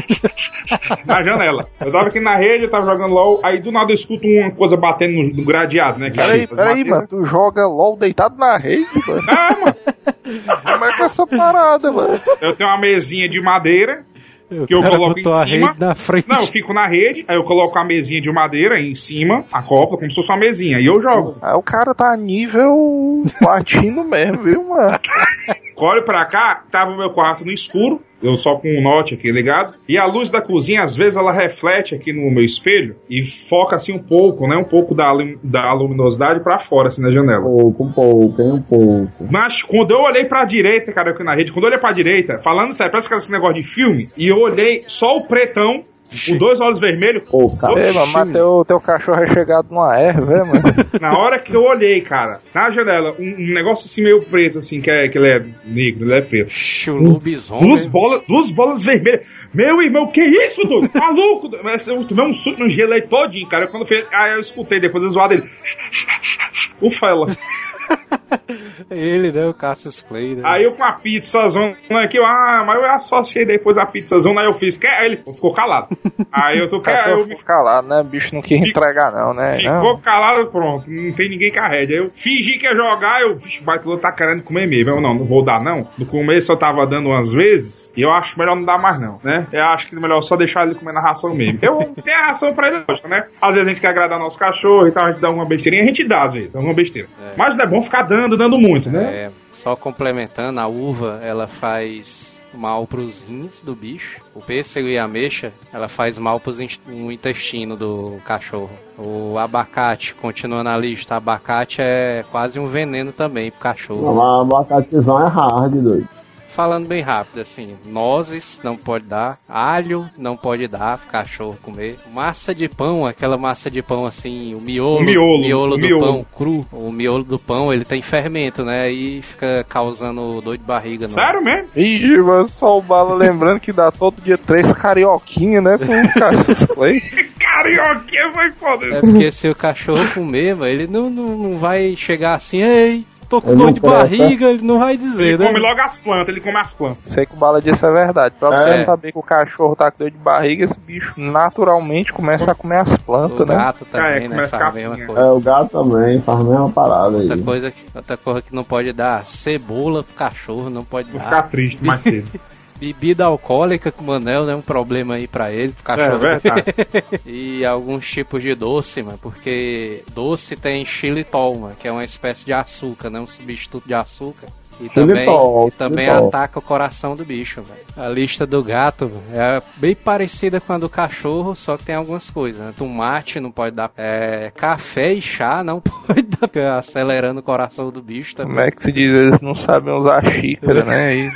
na janela. Eu tava aqui na rede, eu tava jogando LOL, aí do nada eu escuto uma coisa batendo no, no gradeado, né? Peraí, peraí, mano, tu joga LOL deitado na rede, mano? Ah, mano. Como é que é essa parada, mano? Eu tenho uma mesinha de madeira. Eu que eu coloco em cima. Na frente. Não, eu fico na rede, aí eu coloco a mesinha de madeira em cima, a copa, como se fosse uma mesinha, e eu jogo. Aí o cara tá a nível platino mesmo, viu, mano? Olho pra cá, tava o meu quarto no escuro, eu só com o note aqui ligado, e a luz da cozinha, às vezes, ela reflete aqui no meu espelho e foca assim um pouco, né? Um pouco da, da luminosidade pra fora, assim, na janela. Pouco, um pouco, hein, um pouco. Mas quando eu olhei pra direita, cara, aqui na rede, quando eu olhei pra direita, falando sério, parece que era esse negócio de filme, e eu olhei só o pretão, com dois olhos vermelhos. Pô, cara. Ei, mano, mas teu, teu cachorro é chegado numa erva, é, mano? Na hora que eu olhei, cara, na janela, um, um negócio assim meio preto, assim, que, é, que ele é negro, ele é preto. Lobisomem. Duas bolas, duas bolas vermelhas. Meu irmão, que isso, doido? Maluco! Eu tomei um suco, não gelei todinho, cara. Quando fez, aí eu escutei depois a zoada dele. Ufa, ela. Ele, né? O Cassius Clay, né? Aí eu com a pizzazona aqui, eu, ah, mas eu associei depois a pizzazona, aí eu fiz, quer? Aí ele ficou calado. Aí eu tô quer, eu ficou calado, né? O bicho não quis Fico, entregar, não, né? Ficou não. calado, pronto. Não tem ninguém que arrede. Aí eu fingi que ia jogar, eu, vixe, o baitulô tá querendo comer mesmo. Eu, não, não vou dar, não. No começo eu tava dando umas vezes, e eu acho melhor não dar mais, não, né? Eu acho que é melhor só deixar ele comer na ração mesmo. Eu tenho a ração pra ele, lógico, né? Às vezes a gente quer agradar nosso cachorro e tal, a gente dá uma besteirinha, a gente dá, às vezes, alguma besteira. É. Mas não é bom ficar dando, dando muito, né? É, só complementando, a uva, ela faz mal pros rins do bicho. O pêssego e a ameixa, ela faz mal pros in- no intestino do cachorro. O abacate, continuando na lista, abacate é quase um veneno também pro cachorro. Não, mas abacatezão é hard, doido. falando bem rápido, assim, nozes não pode dar, alho não pode dar pro cachorro comer, massa de pão, aquela massa de pão assim, o miolo, o miolo, miolo o do miolo. pão cru, o miolo do pão, ele tem fermento, né, e fica causando dor de barriga. Não. Sério mesmo? Ih, mas só o Bala lembrando que dá todo dia três carioquinhas, né, pro Cassius Clay. Carioquinha foi foda. É porque se o cachorro comer, mano, ele não, não, não vai chegar assim, ei, tô com Ele dor não de presta. barriga, ele não vai dizer, Ele né? come logo as plantas, ele come as plantas. Sei que o Bala disse é verdade. Pra É. você saber que o cachorro tá com dor de barriga, esse bicho naturalmente começa a comer as O plantas, né? gato também, É, né, começa faz a a mesma capinha. coisa. É, o gato também faz a mesma parada aí. Outra coisa, que, outra coisa que não pode dar, cebola pro cachorro, não pode Vou dar. ficar triste mais cedo. Bebida alcoólica com o Manel, né? Um problema aí pra ele, pro É cachorro. verdade. E alguns tipos de doce, mano, porque doce tem xilitol, mano, que é uma espécie de açúcar, né? Um substituto de açúcar. E também, Xilitol, e também xilitol. ataca o coração do bicho, velho. A lista do gato é bem parecida com a do cachorro, só que tem algumas coisas, né? Tomate não pode dar, é, café e chá não pode dar, porque é acelerando o coração do bicho também. Como é que se diz? Eles não sabem usar xícara, né? Aí,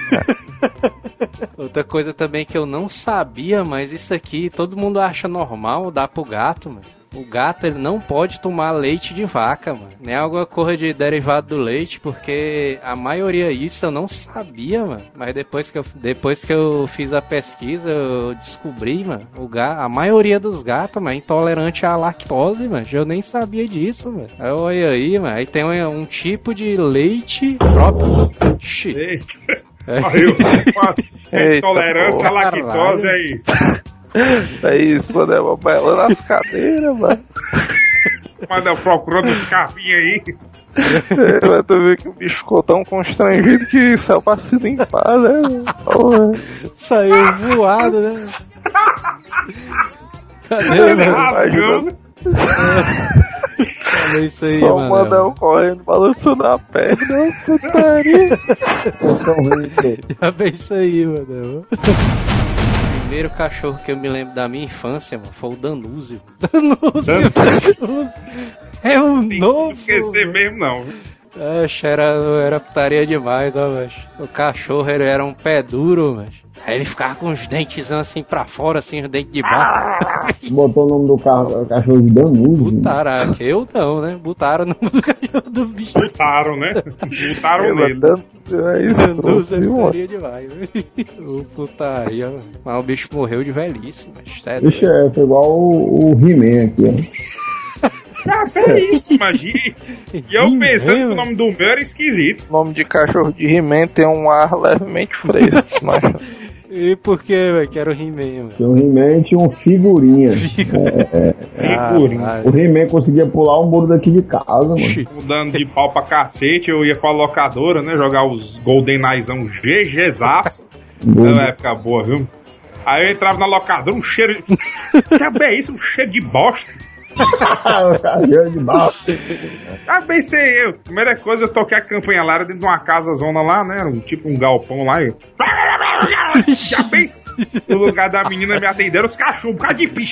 Outra coisa também que eu não sabia, mas isso aqui todo mundo acha normal, dá pro gato, mano. O gato, ele não pode tomar leite de vaca, mano. Nem alguma coisa de derivado do leite, porque a maioria isso eu não sabia, mano. Mas depois que eu, depois que eu fiz a pesquisa, eu descobri, mano, o gato, a maioria dos gatos, mano, é intolerante à lactose, mano. Eu nem sabia disso, mano. Aí, olha aí, mano. Aí tem um, um tipo de leite próprio. Xi. Eita. É. Olha, Eita, intolerância à porra. lactose aí. é isso, mano. É uma bela nas cadeiras, mano. Manda procurando os capinhos aí. É, mas tu vê que o bicho ficou tão constrangido que saiu pra se limpar, né? Porra. Saiu voado, né? Cadê, Ele mano? rasgando. Olha isso aí, Só mano. o Manel correndo, balançando a perna. Putaria. Já bem isso aí, mano. O primeiro cachorro que eu me lembro da minha infância, mano, foi o Danúzio. Danúzio, Danúzio. É um Tem novo. que esquecer mesmo, não. Acho era, era putaria demais, ó, mas o cachorro ele era um pé duro, mas aí ele ficava com os dentes assim pra fora, assim, os dentes de baixo. Botou o nome do ca- cachorro de Danúzio. Botaram, eu não, né? Botaram o nome do cachorro do bicho. Botaram, né? Botaram nele. É isso, Danúzio é viu, mano? putaria demais. Ô, putaria, mano. Mas o bicho morreu de velhice, mas é Vixe, é, foi igual o, o He-Man aqui, ó. Ah, é isso, imagina. E eu pensando que o nome do meu era esquisito. O nome de cachorro de He-Man tem um ar levemente fresco, mas... E por que, velho? Que era o He-Man, mano. Tinha um He-Man e tinha um figurinha. Figurinha. Ah, O He-Man conseguia pular um muro daqui de casa, mano. Mudando de pau pra cacete, eu ia pra locadora, né? Jogar os GoldenEyezão G Gzaço. Era uma época boa, viu? Aí eu entrava na locadora, um cheiro. Que é isso? Um cheiro de bosta. o cachorro de baixo. Ah, pensei eu. Primeira coisa, eu toquei a campanha lá, era dentro de uma casa zona lá, né? Um, tipo um galpão lá. E... Já pensei. No lugar da menina me atenderam os cachorros, um bocado de bicho.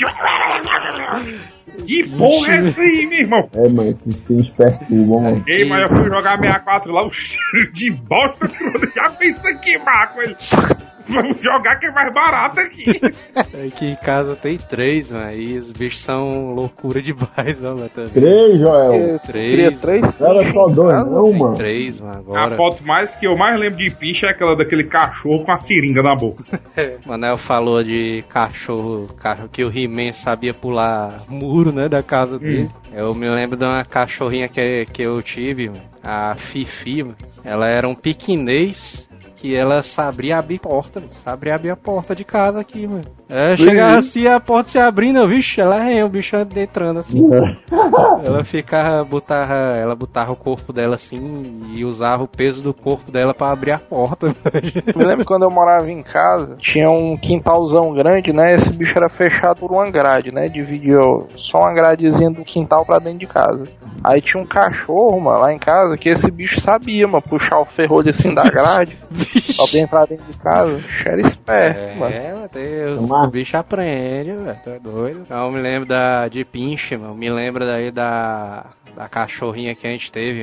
Que porra é essa aí, meu irmão? É, mas esses pins perturbam, mano. Ei, mas eu fui jogar sessenta e quatro lá, o cheiro de bosta. Já pensei que com ele. Vamos jogar que é mais barato aqui. Aqui em casa tem três, mano. E os bichos são loucura demais, ó, mano. Também. Três, Joel. Três. Queria três Não era só dois, não, Tem mano. três, mano, A agora. foto mais que eu mais lembro de picha é aquela daquele cachorro com a seringa na boca. O Manel falou de cachorro, cachorro que o He-Man sabia pular muro, né, da casa dele. Eu me lembro de uma cachorrinha que, que eu tive, mano, a Fifi, mano. Ela era um piquinês que ela sabia abrir porta, mano. Sabia abrir a porta de casa aqui, mano. É, chegava assim, a porta se abrindo, vixe, ela é o bicho entrando assim. Ela ficava, botava, ela botava o corpo dela assim e usava o peso do corpo dela pra abrir a porta. Me lembro quando eu morava em casa, tinha um quintalzão grande, né? Esse bicho era fechado por uma grade, né? Dividia só uma gradezinha do quintal pra dentro de casa. Aí tinha um cachorro, mano, lá em casa, que esse bicho sabia, mano, puxar o ferrolho assim da grade pra entrar dentro de casa. Era esperto, mano. É, meu Deus. O bicho aprende, velho. Tu é doido. Então, eu me lembro da, de Pinche, mano. Me lembro daí da, da cachorrinha que a gente teve, mano.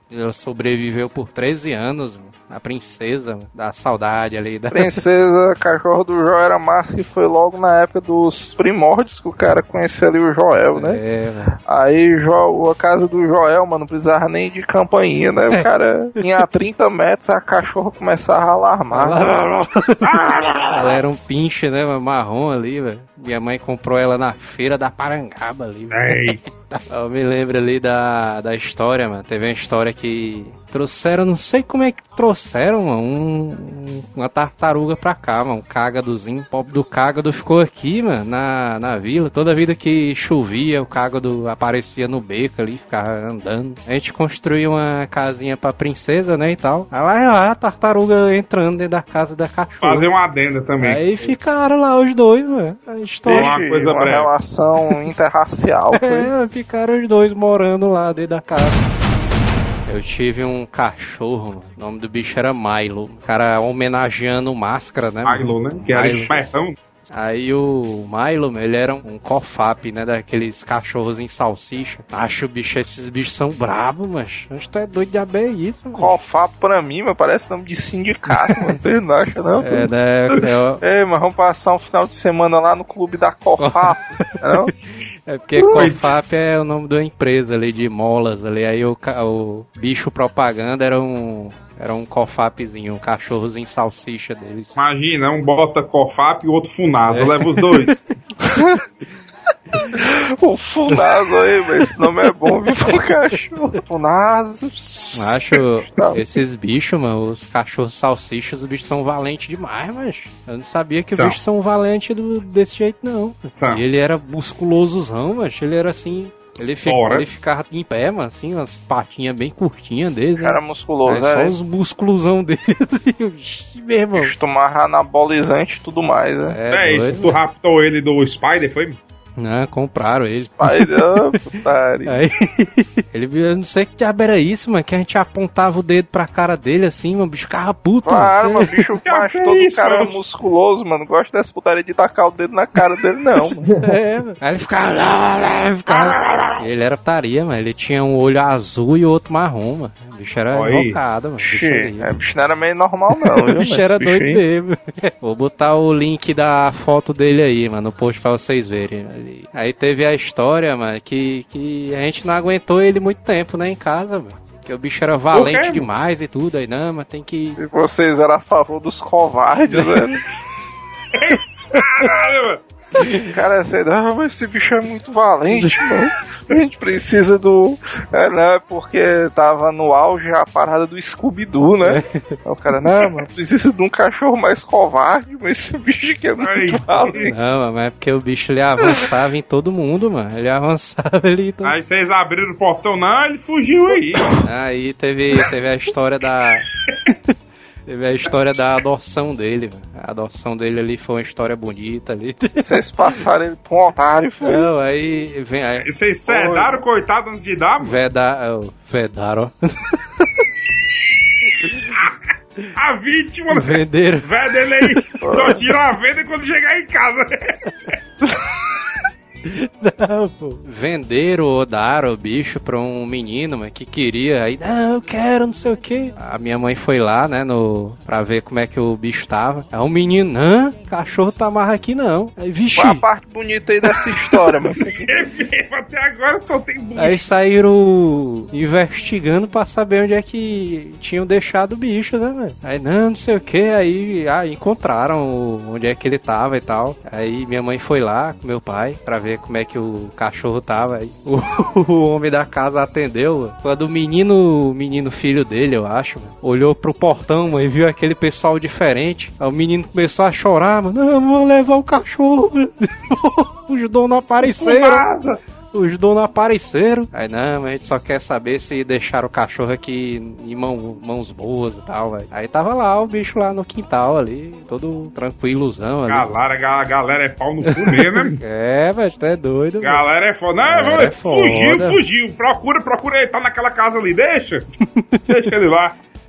Ela sobreviveu por treze anos, mano. A princesa, da saudade ali. Da... Princesa, cachorro do Joel era massa, que foi logo na época dos primórdios que o cara conheceu ali o Joel, né? É, velho. Aí jo, a casa do Joel, mano, não precisava nem de campainha, né? O cara tinha trinta metros, a cachorra começava a alarmar. Ela era um pinche, né? Marrom ali, velho. Minha mãe comprou ela na feira da Parangaba ali, velho. Eu me lembro ali da, da história, mano. Teve uma história que trouxeram, não sei como é que trouxeram, mano, um, uma tartaruga pra cá, mano. Um cágadozinho. O pobre do cágado ficou aqui, mano, na, na vila. Toda vida que chovia, o cágado aparecia no beco ali, ficava andando. A gente construiu uma casinha pra princesa, né, e tal. Aí lá a tartaruga entrando dentro da casa da cachorra. Fazer uma adenda também. Aí ficaram lá os dois, mano. História. Uma coisa uma breve. relação interracial. É, ficaram os dois morando lá dentro da casa. Eu tive um cachorro, mano. O nome do bicho era Milo. O cara homenageando o Máscara, né? Milo, né? Que era Milo. espertão. Aí o Milo, ele era um cofap, né? Daqueles cachorros em salsicha. Acho, bicho, esses bichos são bravos, mas acho que tu é doido de abrir isso, mano. Cofap pra mim, mas parece nome de sindicato, mano. Você não acha, não? É, né? É, mas vamos passar um final de semana lá no clube da Cofap, não? É porque Cofap é o nome da empresa ali de molas ali. Aí o, o bicho propaganda era um... Era um cofapzinho, um cachorrozinho salsicha deles. Imagina, um bota cofap e o outro funasa. É. Leva os dois. O Funazo aí, mas esse nome é bom, viu, pro cachorro. Funazo. Acho esses bichos, mano, os cachorros salsichas, os bichos são valentes demais, mas eu não sabia que os bichos são valentes do, desse jeito, não. E ele era musculosozão, mas ele era assim... Ele, fica, ele ficava em pé, mano, assim, umas patinhas bem curtinhas dele. Cara musculoso, é. Só os músculosão dele, assim, meu irmão. Tomava anabolizante e tudo mais, né? É, é doido, isso, tu raptou ele do Spider, foi? Não, compraram ele. Spider, putaria. Aí, ele, eu não sei que diabo era isso, mano, que a gente apontava o dedo pra cara dele, assim, mano, o bicho ficava puto. Claro, mano, bicho macho, todo isso, cara mano? musculoso, mano, não gosta dessa putaria de tacar o dedo na cara dele, não, mano. É, mano. Aí ele ficava... Ele, ficava... ele era putaria, mano, ele tinha um olho azul e outro marrom, mano. O bicho era invocado, mano. Bicho, é, bicho não era meio normal, não, viu? O bicho era doido mesmo. Vou botar o link da foto dele aí, mano, no post pra vocês verem. Aí teve a história, mano, que, que a gente não aguentou ele muito tempo, né, em casa, mano. Porque o bicho era valente demais e tudo, aí não, mas tem que... E vocês eram a favor dos covardes, né? Caralho, mano. Cara, você não, mas esse bicho é muito valente, mano. A gente precisa do... É, né, porque tava no auge a parada do Scooby-Doo, né? Aí o cara, não, mano, precisa de um cachorro mais covarde, mas esse bicho aqui é muito Ai, valente. Não, mas é porque o bicho, ele avançava em todo mundo, mano. Ele avançava ali... Todo... Aí vocês abriram o portão, não, ele fugiu aí. Aí teve, teve a história da... Teve a história da adoção dele, mano. A adoção dele ali foi uma história bonita ali. Vocês passaram ele pra um otário, filho. Não, aí vem aí. Vocês sedaram o coitado antes de dar, mano? Veda, oh, vedaram, ó. A vítima, venderam. Veda ele aí. Só tira a venda quando chegar em casa. Não, pô. Venderam ou daram o bicho pra um menino, mas que queria. Aí, não, eu quero, não sei o que. A minha mãe foi lá, né, no, pra ver como é que o bicho tava. Aí o menino, não, cachorro tá amarra aqui não. Aí, vixe. Qual a parte bonita aí dessa história, mano? É mesmo, até agora só tem bonito. Aí saíram investigando pra saber onde é que tinham deixado o bicho, né, velho? Aí, não, não sei o que. Aí, ah, encontraram onde é que ele tava e tal. Aí minha mãe foi lá com meu pai pra ver como é que o cachorro tava. Aí o, o homem da casa atendeu. Quando o menino, o menino filho dele, eu acho, mano, olhou pro portão, mano, e viu aquele pessoal diferente. Aí o menino começou a chorar, mano. Não, eu vou levar o cachorro. Os donos apareceram. Os donos apareceram. Aí não, a gente só quer saber se deixaram o cachorro aqui em mão, mãos boas e tal, velho. Aí tava lá o bicho lá no quintal ali, todo tranquilozão ali. Galera, a galera é pau no cu mesmo, né? É, velho, tu é doido. Galera véio. é foda. Não, galera é fugiu, foda. fugiu. Procura, procura ele, tá naquela casa ali, deixa. Deixa ele lá.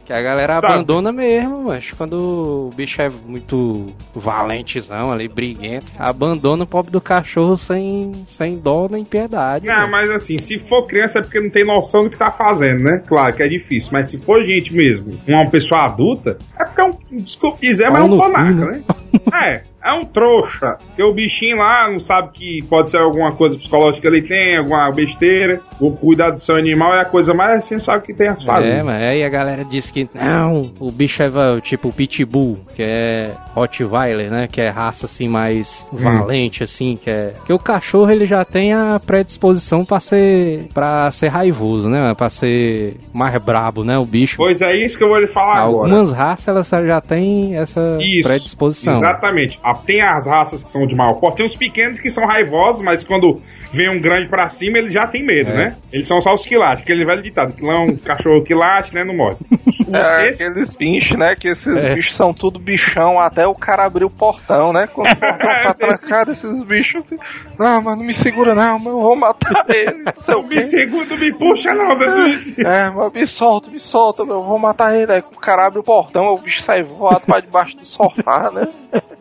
Que a galera Tá. abandona mesmo, mas quando o bicho é muito valentezão ali, briguento, abandona o pobre do cachorro sem, sem dó nem piedade. Não, mano. mas assim, se for criança é porque não tem noção do que tá fazendo, né? Claro que é difícil, mas se for gente mesmo, uma pessoa adulta, é porque é um, desculpa dizer, mas é um Pau no cu, panaca, né? né? É. É um trouxa, porque o bichinho lá não sabe que pode ser alguma coisa psicológica que ele tem, alguma besteira. O cuidar do seu animal é a coisa mais sensual que tem as fazer. É, mas aí a galera diz que não, o bicho é tipo o Pitbull, que é Rottweiler, né? Que é raça assim mais Hum. valente, assim, que é. Que o cachorro ele já tem a predisposição pra ser. para ser raivoso, né? Pra ser mais brabo, né? O bicho. Pois é isso que eu vou lhe falar agora. Algumas raças elas já têm essa Isso, predisposição. exatamente. Ah, tem as raças que são de maior porte, tem os pequenos que são raivosos, mas quando vem um grande pra cima, eles já tem medo, É. né? Eles são só os quilates, aquele velho ditado, que lá é um cachorro quilate, né, não morde. Os- É, esse- aqueles bichos, né? Que esses É. bichos são tudo bichão, até o cara abrir o portão, né? Quando o portão tá trancado, esses bichos assim, não, mas não me segura não, mas eu vou matar ele, não sei o me quê. segundo, me puxa não, Deus. É, mas me solta, me solta, meu, eu vou matar ele. Aí o cara abre o portão, o bicho sai voado pra debaixo do sofá, né?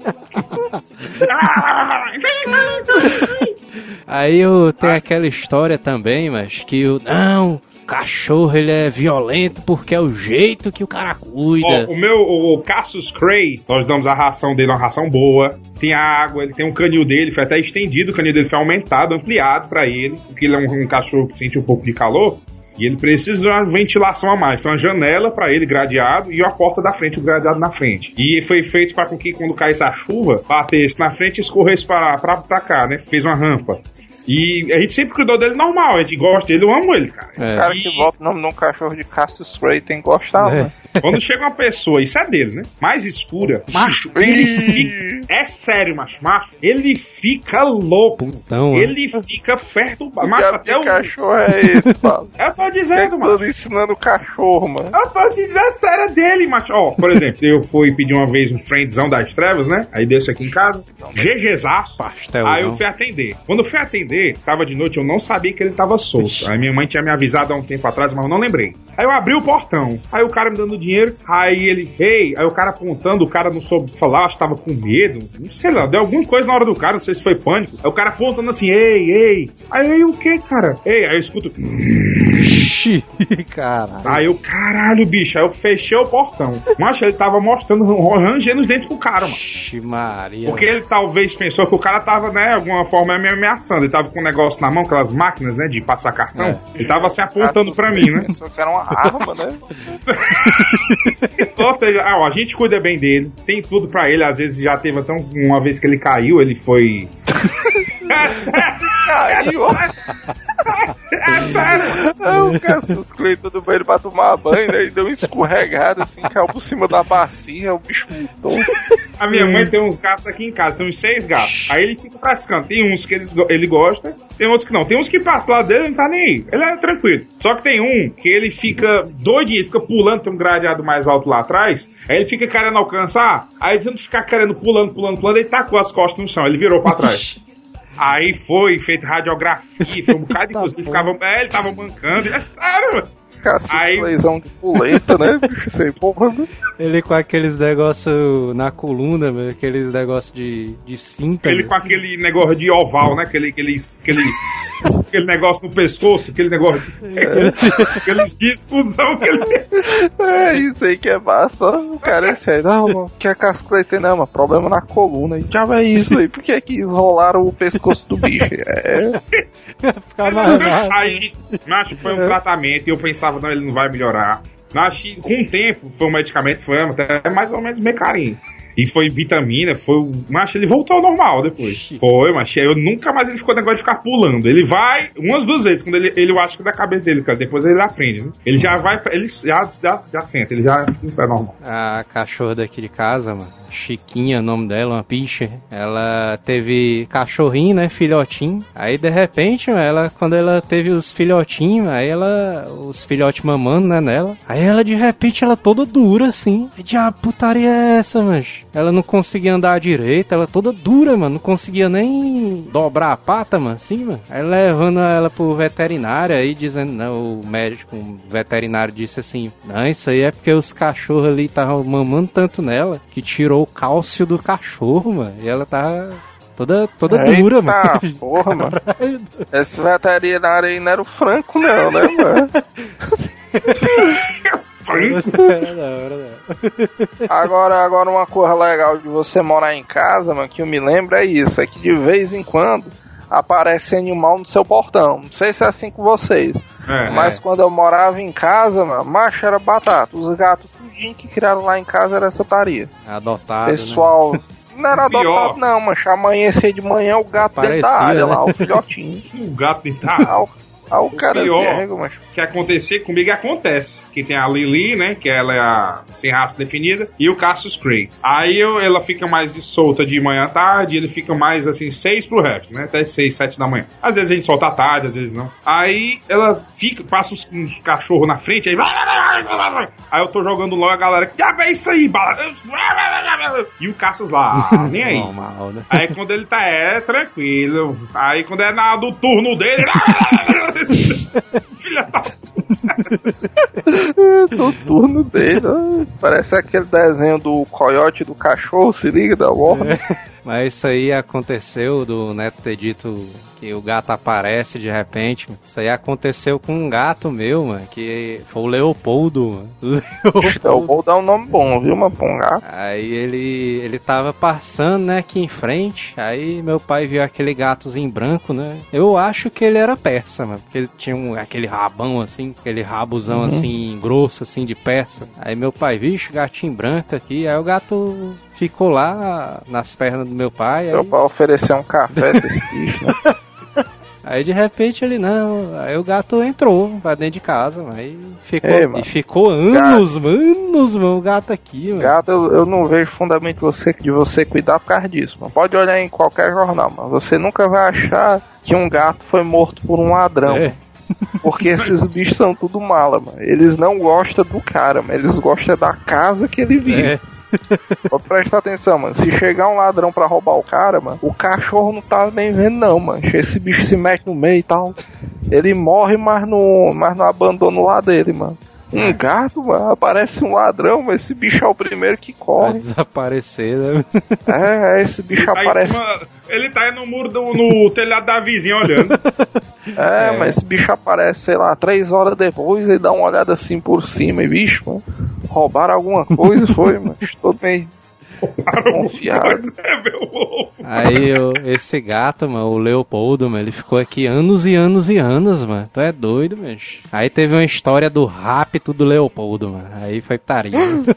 Aí eu, tem aquela história também, mas que o. Não! O cachorro ele é violento porque é o jeito que o cara cuida. Ó, o meu, o, o Cassius Clay, nós damos a ração dele, uma ração boa. Tem a água, ele tem um canil dele, foi até estendido, o canil dele foi aumentado, ampliado pra ele, porque ele é um, um cachorro que sente um pouco de calor. E ele precisa de uma ventilação a mais. Tem uma janela pra ele gradeado e uma porta da frente, o gradeado na frente. E foi feito para que quando caísse a chuva, batesse na frente e escorresse pra, pra, pra cá, né? Fez uma rampa. E a gente sempre cuidou dele normal, a gente gosta dele, eu amo ele, cara. É. O cara E- que bota o nome de um cachorro de Cassius Clay tem que gostar, É. né? Quando chega uma pessoa, isso é dele, né? Mais escura, macho, ele fica. É sério, macho, macho, ele fica louco. Putão, né? Ele fica perturbado. Que Macho, diabo até de o. cachorro é esse, Paulo? Eu tô Por que é dizendo, que tô mano. ensinando o cachorro, mano? Eu tô te dizendo a sério dele, macho. Ó, por exemplo, eu fui pedir uma vez um friendzão das trevas, né? Aí desço aqui em casa, GGzaço. Pastel. Aí eu fui atender. Quando eu fui atender, tava de noite, eu não sabia que ele tava solto. Aí minha mãe tinha me avisado há um tempo atrás, mas eu não lembrei. Aí eu abri o portão. Aí o cara me dando dinheiro. Aí ele, ei, aí o cara apontando, o cara não soube falar, acho que tava com medo. Não sei lá, deu alguma coisa na hora do cara, não sei se foi pânico. Aí o cara apontando assim, ei, ei. Aí eu, o que, cara? Ei, aí eu escuto. Ixi, caralho. Aí eu, caralho, bicho. Aí eu fechei o portão. Mas ele tava mostrando, rangendo os dentes pro cara, mano. Ixi, Maria. Porque ele talvez pensou que o cara tava, né, de alguma forma me ameaçando. Ele tava com um negócio na mão, aquelas máquinas, né, de passar cartão. É. Ele tava assim apontando pra mim, né? Pensou que era uma arma, né? Ou seja, ah, ó, a gente cuida bem dele, tem tudo pra ele. Às vezes já teve até um- uma vez que ele caiu, ele foi. É sério, Caiu. é sério. Aí o Cassius Clay todo banho pra tomar banho, né? E deu uma escorregada assim, caiu por cima da bacia, o bicho mudou. A minha mãe tem uns gatos aqui em casa, tem uns seis gatos. Aí ele fica frescando. Tem uns que eles, go- ele gosta, tem outros que não. Tem uns que passam lá dele e não tá nem aí. Ele é tranquilo. Só que tem um que ele fica doidinho, ele fica pulando, tem um gradeado mais alto lá atrás. Aí ele fica querendo alcançar, aí de tanto ficar querendo pulando, pulando, pulando, ele tacou as costas no chão, ele virou pra trás. Aí foi feito radiografia, foi um bocado de coisa. Ele ficava, é, ele tava mancando, é sério, mano. Cassius Aí- Clayzão de puleta, né? Bicho sem porra, né? Ele com aqueles negócios na coluna, meu, aqueles negócios de, de cinta. Ele meu. com aquele negócio de oval, né? Aquele, aquele, aquele, aquele negócio no pescoço, aquele negócio. Aqueles discusão que ele tem. É isso aí que é massa. O cara é sério, não, mano, que a Cassius Clay tem, não, mano, problema na coluna. E já é isso aí, por que é que enrolaram o pescoço do bicho? É. Ficar mais nada. Aí, macho, foi um tratamento e eu pensava, não, ele não vai melhorar. Mas com o tempo, foi um medicamento, foi até mais ou menos meio carinho. E foi vitamina, foi o. Mas ele voltou ao normal depois. Foi, mas eu nunca mais ele ficou com negócio de ficar pulando. Ele vai umas duas vezes, quando ele, ele eu acho que da cabeça dele, cara. Depois ele aprende, né? Ele já vai, ele já, já, já senta, ele já fica normal. A cachorra daqui de casa, mano, Chiquinha, o nome dela, uma picha. Ela teve cachorrinho, né, filhotinho. Aí de repente, ela, quando ela teve os filhotinhos, aí ela, os filhotes mamando, né, nela. Aí ela de repente, ela toda dura, assim. Que diabo putaria é essa, mancho? ela não conseguia andar direito, ela toda dura, mano, não conseguia nem dobrar a pata, mano, assim, mano. Aí levando ela pro veterinário, aí dizendo, não, o médico, o veterinário disse assim, não, isso aí é porque os cachorros ali estavam mamando tanto nela, que tirou o cálcio do cachorro, mano, e ela tava toda, toda Eita, dura, mano. Porra, mano. Esse veterinário aí não era o Franco, não, né, mano? Agora, agora uma coisa legal de você morar em casa, mano, que eu me lembro é isso, é que de vez em quando aparece animal no seu portão. Não sei se é assim com vocês, é, mas é. Quando eu morava em casa, mano, macho era batata. Os gatos tudinho que criaram lá em casa era essa taria. Adotado, pessoal, né? Não era adotado não, mas amanhecer de manhã o gato parecia, dentro da área, né? Lá, o filhotinho. O gato dentro da área. Ah, o cara pior zergo, mas... que acontecer comigo acontece. Que tem a Lily, né? Que ela é a sem raça definida. E o Cassius Clay. Aí eu, ela fica mais de solta de manhã à tarde. Ele fica mais assim, seis pro resto, né? Até seis, sete da manhã. Às vezes a gente solta à tarde, às vezes não. Aí ela fica, passa uns, uns cachorros na frente. Aí aí eu tô jogando logo a galera. Que diabo é isso aí, bala? E o Cassius lá, ah, nem aí. Normal, né? Aí quando ele tá, é tranquilo. Aí quando é na, do turno dele. Filha da no turno dele, parece aquele desenho do coiote do cachorro, se liga, da Warner. É, mas isso aí aconteceu do Neto ter dito que o gato aparece de repente. Isso aí aconteceu com um gato meu, mano, que foi o Leopoldo, mano. Leopoldo. Leopoldo é um nome bom, viu, mano, pra um gato. Aí ele, ele tava passando, né, aqui em frente, aí meu pai viu aquele gatozinho branco, né, eu acho que ele era persa, mano, porque ele tinha um, aquele rabão assim, aquele rabozão uhum. assim, grosso assim, de persa. Aí meu pai, vixe, gatinho branco aqui, aí o gato ficou lá nas pernas do meu pai. Meu aí... pai ofereceu um café pra esse bicho, né? Aí de repente ele não, aí o gato entrou pra dentro de casa, aí ficou, Ei, e ficou anos, gato. anos, mano, o gato aqui, mano. Gato, eu, eu não vejo fundamento você, de você cuidar por causa disso, mano. Pode olhar em qualquer jornal, mas você nunca vai achar que um gato foi morto por um ladrão. É. Porque esses bichos são tudo mala, mano. Eles não gostam do cara, mas eles gostam da casa que ele vive. É. Pode prestar atenção, mano. Se chegar um ladrão pra roubar o cara, mano, o cachorro não tá nem vendo, não, mano. Esse bicho se mete no meio e tal. Ele morre, mas não, mas não abandona o lado dele, mano. Um gato, mano, aparece um ladrão, mas esse bicho é o primeiro que corre. Vai desaparecer, né? É, esse bicho ele aparece. Tá cima, ele tá aí no muro, do, no telhado da vizinha olhando. É, é, mas esse bicho aparece, sei lá, três horas depois e dá uma olhada assim por cima e, bicho, mano, roubaram alguma coisa, foi, mano. Estou bem desconfiado. Aí eu, esse gato, mano, o Leopoldo, mano, ele ficou aqui anos e anos e anos, mano. Tu é doido, bicho. Aí teve uma história do rapto do Leopoldo, mano. Aí foi tarinho.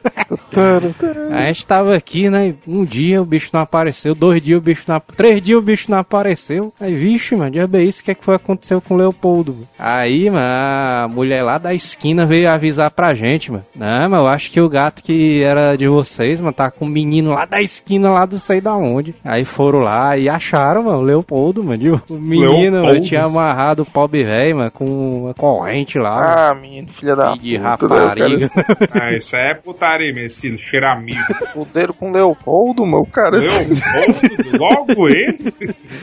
Aí a gente tava aqui, né? Um dia o bicho não apareceu, dois dias o bicho não apareceu, três dias o bicho não apareceu. Aí, vixe, mano, diabo é isso, o que é que foi aconteceu com o Leopoldo? Mano? Aí, mano, a mulher lá da esquina veio avisar pra gente, mano. Não, mas eu acho que o gato que era de vocês, mano, tá com um menino lá da esquina, lá do sei da onde. Aí foram lá e acharam, mano, o Leopoldo, mano. O menino, mano, tinha amarrado o pobre velho, mano, com uma corrente lá. Ah, menino, filha da de rapariga. Ah, isso é putaria mesmo, esse cheiramigo. Fuderam com o Leopoldo, meu cara. Leopoldo? Logo ele?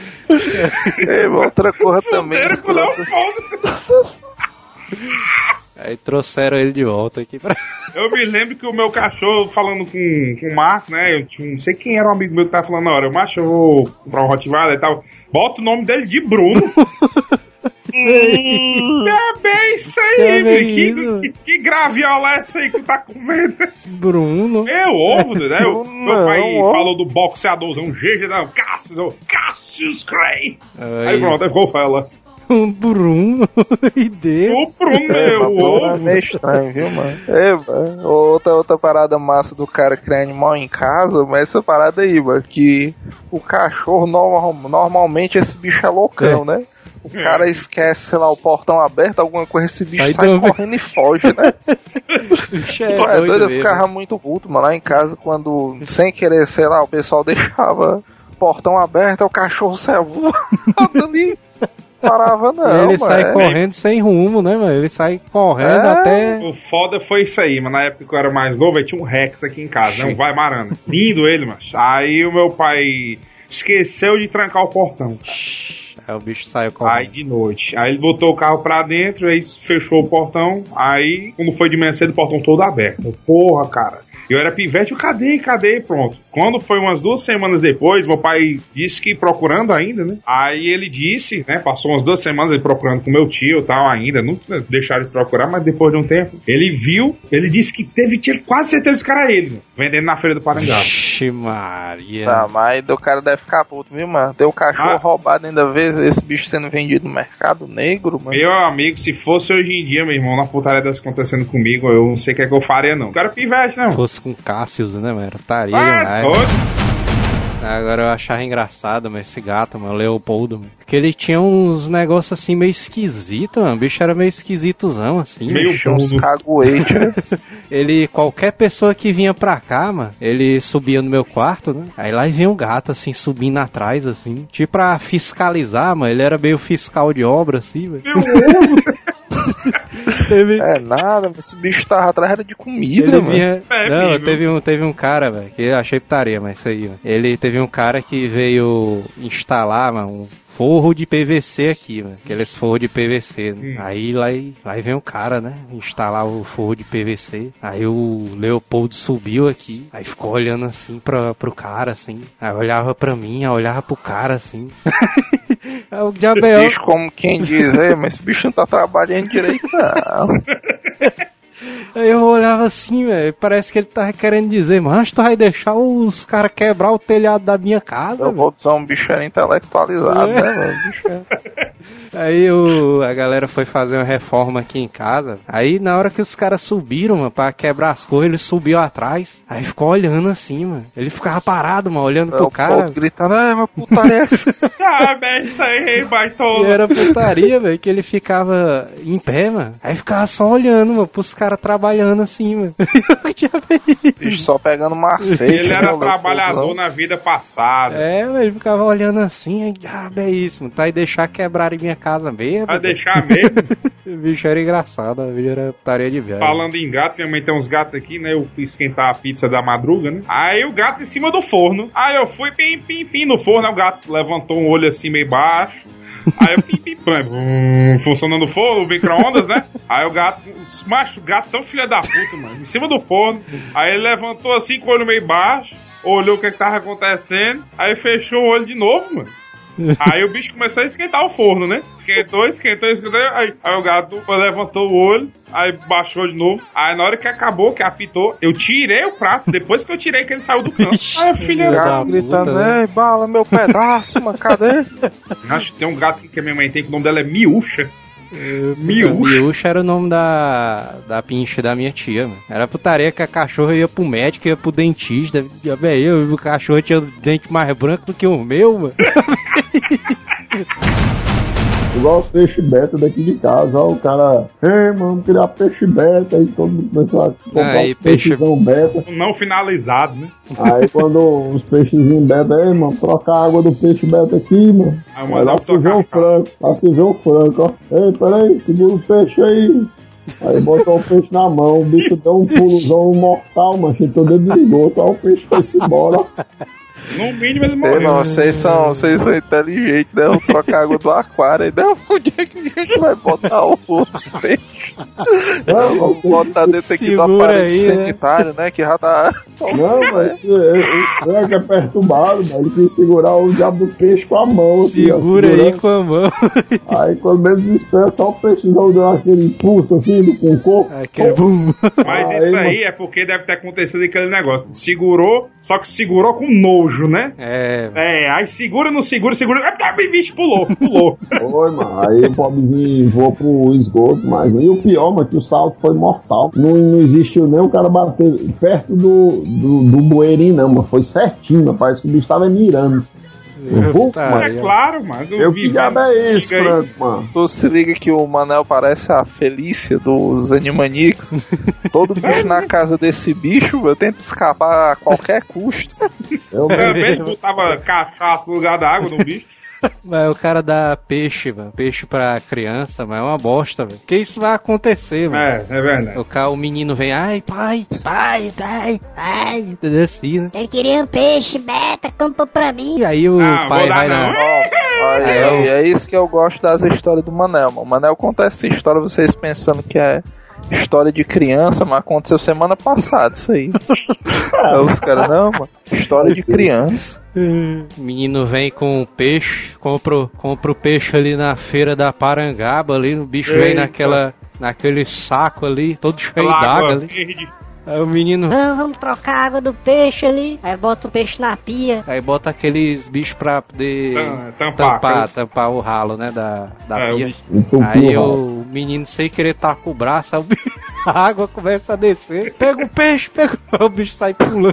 É, outra coisa também. Fuderam com o Leopoldo. Aí trouxeram ele de volta aqui pra... Eu me lembro que o meu cachorro, falando com, com o Marco, né? Eu tinha, não sei quem era um amigo meu que tava falando na hora. O macho, eu vou comprar um Rottweiler e tal. Bota o nome dele de Bruno. hum, é bem isso aí, é que, que, que graviola é essa aí que tu tá comendo? Bruno. Meu ovo, né? O meu pai não, falou do boxeador, um G G, não, Cassius, Cassius Clay. Aí, aí pronto, eu vou falar. Um Bruno e deu. O Bruno, meu ovo. É meio estranho, viu, mano? É, mano. Outra, outra parada massa do cara criar animal em casa, mas essa parada aí, mano, que o cachorro, normal, normalmente esse bicho é loucão, é. né? O cara esquece, sei lá, o portão aberto, alguma coisa, esse bicho sai, sai correndo e foge, né? é, tu é doido, eu ficava muito puto, mano, lá em casa, quando, sem querer, sei lá, o pessoal deixava o portão aberto, o cachorro saia voando ali. parava não, Ele sai é. correndo sem rumo, né, mano? Ele sai correndo É. até... O foda foi isso aí, mas na época que eu era mais novo, eu tinha um Rex aqui em casa, né? Um vai marana. Lindo ele, mas. Aí o meu pai esqueceu de trancar o portão. Aí o bicho saiu correndo. Aí de noite. Aí ele botou o carro pra dentro, aí fechou o portão. Aí, quando foi de manhã cedo, o portão todo aberto. Porra, cara. Eu era pivete, eu cadê, cadê? Pronto. Quando foi umas duas semanas depois, meu pai disse que procurando ainda, né? Aí ele disse, né? Passou umas duas semanas ele procurando com meu tio e tal ainda. Não deixaram de procurar, mas depois de um tempo, ele viu, ele disse que teve, tinha quase certeza que era ele, mano, vendendo na feira do Parangaba. Ixi, Maria. Tá, mas o cara deve ficar puto, viu, mano? Tem o cachorro Ah. roubado ainda vez, esse bicho sendo vendido no mercado negro, mano. Meu amigo, se fosse hoje em dia, meu irmão, na putaria dessa acontecendo comigo, eu não sei o que é que eu faria, não. O cara é pivete, né, Se mano? fosse com Cássius, né, mano? Estaria Ah, demais. doido. Agora eu achava engraçado, mas esse gato, mano, Leopoldo, mano. Porque ele tinha uns negócios assim meio esquisitos, mano. O bicho era meio esquisitozão, assim. Meio Tinha uns burro. caguetes, né? Ele, qualquer pessoa que vinha pra cá, mano, ele subia no meu quarto, né? Aí lá vinha um gato, assim, subindo atrás, assim. Tipo pra fiscalizar, mano. Ele era meio fiscal de obra, assim, velho. Teve... É nada, mas esse bicho tava atrás era de comida, Ele mano. vinha... É, Não, amigo. teve um, teve um cara, velho, que eu achei putaria, mas isso aí, velho. Ele teve um cara que veio instalar, mano, um forro de P V C aqui, mano. Aqueles forros de P V C, né? Hum. Aí lá, lá vem um cara, né? Instalar o forro de P V C. Aí o Leopoldo subiu aqui. Aí ficou olhando assim pra, pro cara, assim. Aí olhava pra mim, aí olhava pro cara, assim. Aí o diabel... Bicho, como quem diz, é, mas esse bicho não tá trabalhando direito, não. Aí eu olhava assim, velho, parece que ele tava querendo dizer, mas tu vai deixar os caras quebrar o telhado da minha casa, Eu velho? vou dizer um bicho era intelectualizado, É. né, mano? Bicho é... Aí o, a galera foi fazer uma reforma aqui em casa. Aí na hora que os caras subiram, mano, pra quebrar as coisas, ele subiu atrás. Aí ficou olhando assim, mano. Ele ficava parado, mano, olhando pro o cara. povo gritando, é, mas putaria é essa? Ah, velho, isso aí, E baitola. era putaria, velho, que ele ficava em pé, mano. Aí ficava só olhando, mano, pros caras trabalhando assim, mano. Eu tinha visto. Bicho só pegando macete. Ele né, era o trabalhador Leopoldão. na vida passada. É, velho, ele ficava olhando assim, aí, ah, é isso, mano. Tá aí deixar quebrar em minha casa mesmo. Vai deixar mesmo. O bicho era engraçado, o bicho era putaria de velho. Falando em gato, minha mãe tem uns gatos aqui, né? Eu fui esquentar a pizza da madruga, né? Aí o gato em cima do forno. Aí eu fui pim, pim, pim no forno. Aí o gato levantou um olho assim meio baixo. Aí eu pim, pim, pim. Hum, funcionando o forno, o micro-ondas, né? Aí o gato, macho, o gato tão filha da puta, mano. Em cima do forno. Aí ele levantou assim com o olho meio baixo. Olhou o que, que tava acontecendo. Aí fechou o olho de novo, mano. Aí o bicho começou a esquentar o forno, né? Esquentou, esquentou, esquentou. Aí, aí o gato levantou o olho, aí baixou de novo. Aí na hora que acabou, que apitou, eu tirei o prato. Depois que eu tirei, que ele saiu do canto. Aí o filho Filho da da Gato gritando, puta, ei, bala meu pedaço, mano, cadê? Acho que tem um gato aqui que a minha mãe tem, que o nome dela é Miúcha. Miúcha. Miúcha. Miúcha era o nome da, da pinche da minha tia, mano. Era putaria que a cachorra ia pro médico, ia pro dentista. Já veio, o cachorro tinha o dente mais branco do que o meu, mano. Igual os peixes beta daqui de casa, ó, o cara, ei, mano, criar peixe beta, aí todo mundo começou a comprar Aí, os peixe- peixezão beta. Não finalizado, né? Aí quando os peixezinhos beta, ei, mano, troca a água do peixe beta aqui, mano. Aí Aí mandar lá se vê o frango, lá se vê o frango, ó. Ei, peraí, segura o peixe aí. Aí botou o peixe na mão, o bicho deu um pulozão mortal, mano, todo dentro do esgoto, aí o peixe foi-se embora. No mínimo ele Ei, morreu. não, vocês são, vocês são inteligentes, né? Vou trocar água do aquário aí. Não, onde é que a gente vai botar o os peixes? Não, Vamos botar dentro aqui do Segura aparelho aí, né? sanitário, né? Que já tá. Não, mas esse- o frango é perturbado, mano. Ele quis segurar o diabo do peixe com a mão, assim, ó, Segura aí segurando. com a mão. Aí quando menos espera, só o peixezão dando aquele impulso assim do com o corpo. Aquele bum. Mas Aí, isso mano. aí é porque deve ter acontecido aquele negócio. Segurou, só que segurou com nojo, né? É, É, aí segura, não segura, segura. Ah, bicho, pulou, pulou. Foi, mano. Aí o pobrezinho voou pro esgoto, mas. E o pior, mano, que o salto foi mortal. Não, não existiu nem o cara bater perto do, do, do bueirinho, não, mano. Foi certinho, mano. Parece que o bicho tava mirando. Vum, Tá, mano. É claro, mano. Eu que diabo é isso, Franco, mano? Tu se liga que o Manel parece a Felícia dos Animaniacs. Todo bicho na casa desse bicho, eu tento escapar a qualquer custo. Eu Também botava cachaça no lugar da água no bicho. Mas o cara dá peixe, mano. Peixe pra criança, mas é uma bosta, velho. Porque isso vai acontecer, mano. É, é verdade. O, cara, o menino vem, ai, pai, pai, pai, pai, entendeu assim, né? Eu queria um peixe, beta, comprou pra mim. E aí o Ah, pai vou dar vai não. na... Aí, é, é isso que eu gosto das histórias do Manel, mano. O Manel conta essa história, vocês pensando que é história de criança, mas aconteceu semana passada isso aí. Aí os caras, não, mano, história de criança. O menino vem com o peixe, compra, compra o peixe ali na feira da Parangaba, ali, o bicho Eita. vem naquela, naquele saco ali, todo cheio d'água ali. verde. Aí o menino... Não, vamos trocar a água do peixe ali. Aí bota o peixe na pia. Aí bota aqueles bichos pra poder Tam- tampar, tampar, aqueles- tampar o ralo, né, da, da É, o pia. bicho- Entupiu Aí o ralo. o menino sem querer tacar o braço, aí o bicho- a água começa a descer. Pega o peixe, pega o... o bicho sai pulando.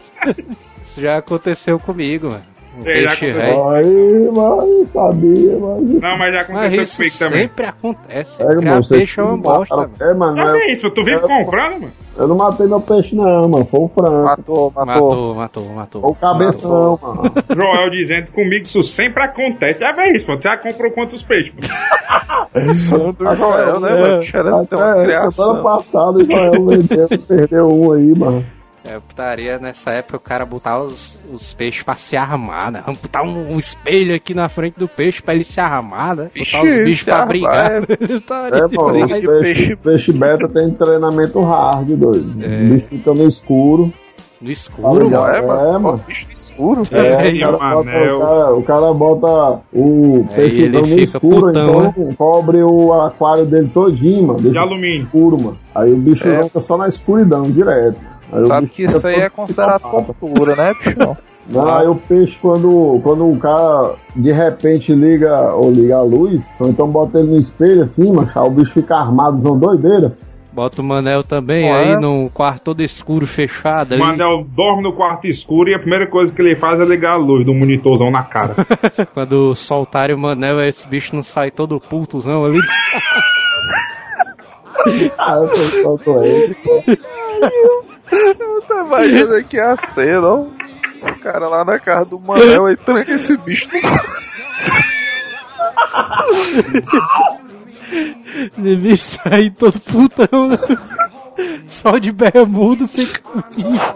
Isso já aconteceu comigo, mano. Um É, já peixe aconteceu. velho. Aí, mas sabia, mas isso Não, mas já Mas aconteceu isso comigo também. sempre acontece. é, Criar irmão, você peixe é uma bosta, mataram- velho. É, mano, Mas eu, é isso, tu vive eu- comprando, mano? eu não matei meu peixe, não, mano. Foi o frango. Matou, matou. Matou, matou, Foi matou. o cabeção, mano. Joel dizendo comigo isso sempre acontece. Já vê isso, mano. Já comprou quantos peixes? Mano? Sonho do Joel, né, mano? Cheirando ter uma Até semana criação. passada o Joel vendeu, perdeu um aí, mano. É, putaria nessa época o cara botar os, os peixes pra se armar, né? Vamos botar um, um espelho aqui na frente do peixe pra ele se armar, né? Botar os Vixe, bichos se pra armar, brigar. É, Putaria. mano, briga o de peixe, peixe. peixe beta tem treinamento hard, doido. É. O bicho fica no escuro. No Tá escuro, ligado? mano. É, mano. É, mano. Bicho escuro. É, Sim, o, cara bota, Manel. o, cara, o cara bota o Aí peixezão ele no fica escuro, putão, então cobre o aquário dele todinho, mano. Deixa De alumínio. escuro, mano. Aí o bicho É. fica só na escuridão, direto. Aí o Sabe bicho que fica isso aí todo é considerado psicopata. tortura, né, bichão? Não, aí o peixe, quando, quando o cara de repente liga ou liga a luz, ou então bota ele no espelho assim, mano, aí o bicho fica armado, são doideira. Bota o Manel também Ué? aí num quarto todo escuro, fechado O ali. Manel dorme no quarto escuro e a primeira coisa que ele faz é ligar a luz do monitorzão na cara. Quando soltarem o Manel, esse bicho não sai todo pultozão ali. Ah, eu tô solto ele. Eu tô imaginando aqui a cena, ó. O cara lá na casa do Manel e tranca esse bicho no Esse bicho sai todo putão. Só de bermuda, sem camisa.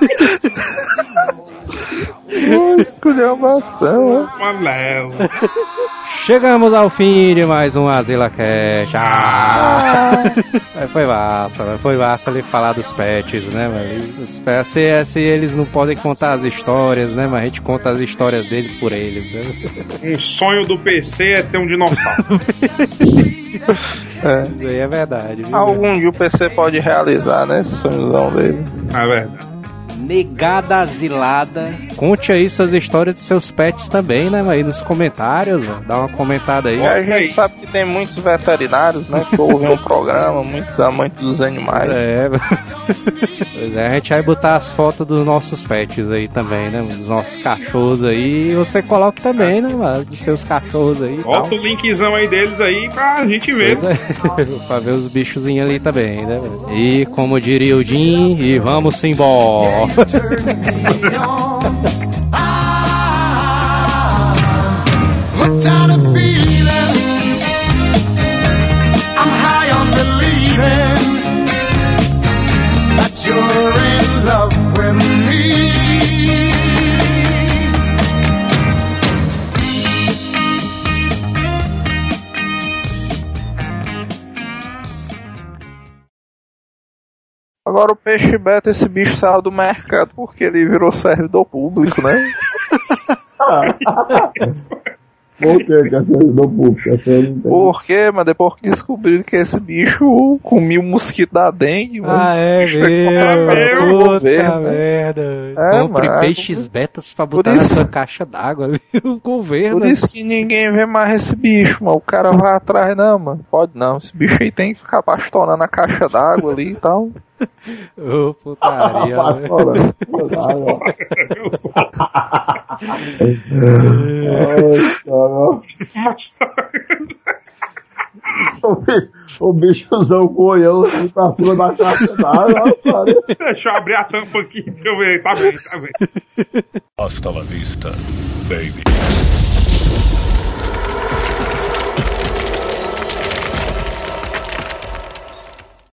esculhambação, ó. Manel. Chegamos ao fim de mais um Azila Cash. Ah! Mas foi massa, mas foi massa ali falar dos pets, né, mano? Os pets, se, se eles não podem contar as histórias, né, mas a gente conta as histórias deles por eles, né? Um sonho do P C é ter um dinossauro. É. Isso aí é verdade, viu? Algum dia o P C pode realizar, né? Esse sonhozão dele. É verdade. Negada Azilada. Conte aí suas histórias de seus pets também, né, aí nos comentários, ó. Dá uma comentada aí. E a Olha aí. gente sabe que tem muitos veterinários, né? Que ouvem o programa, muitos amantes dos animais. É, pois é, a gente vai botar as fotos dos nossos pets aí também, né? Dos nossos cachorros aí. E você coloca também, né, mano? Dos seus cachorros aí. e tal. Bota o linkzão aí deles aí pra gente ver. Pois é, pra ver os bichozinhos ali também, né? Mano? E como diria o Jim, e vamos embora. Hooked on a feeling, I'm high on believing that you're in love with me. Agora o peixe beta, esse bicho saiu do mercado porque ele virou servidor público, né? Por que que é servidor público? Essa eu não entendo. Por quê? Mas depois que descobriram que esse bicho comia o mosquito da dengue, mano. Ah, é Bicho foi mesmo? comprado pelo Puta governo, né? merda. É, Compre mano. peixes betas pra Por botar na isso- sua caixa d'água ali. O governo. Por isso que ninguém vê mais esse bicho, mano. O cara vai atrás, não, mano. Pode não. Esse bicho aí tem que ficar pastorando a caixa d'água ali e tal. Ô, putaria. Vai né? fora. Ai, O bi- O bichozão com o olhão assim pra cima da caixa d'água, cara. Deixa eu abrir a tampa aqui pra eu ver. Tá bem, tá bem. Hasta la vista, baby.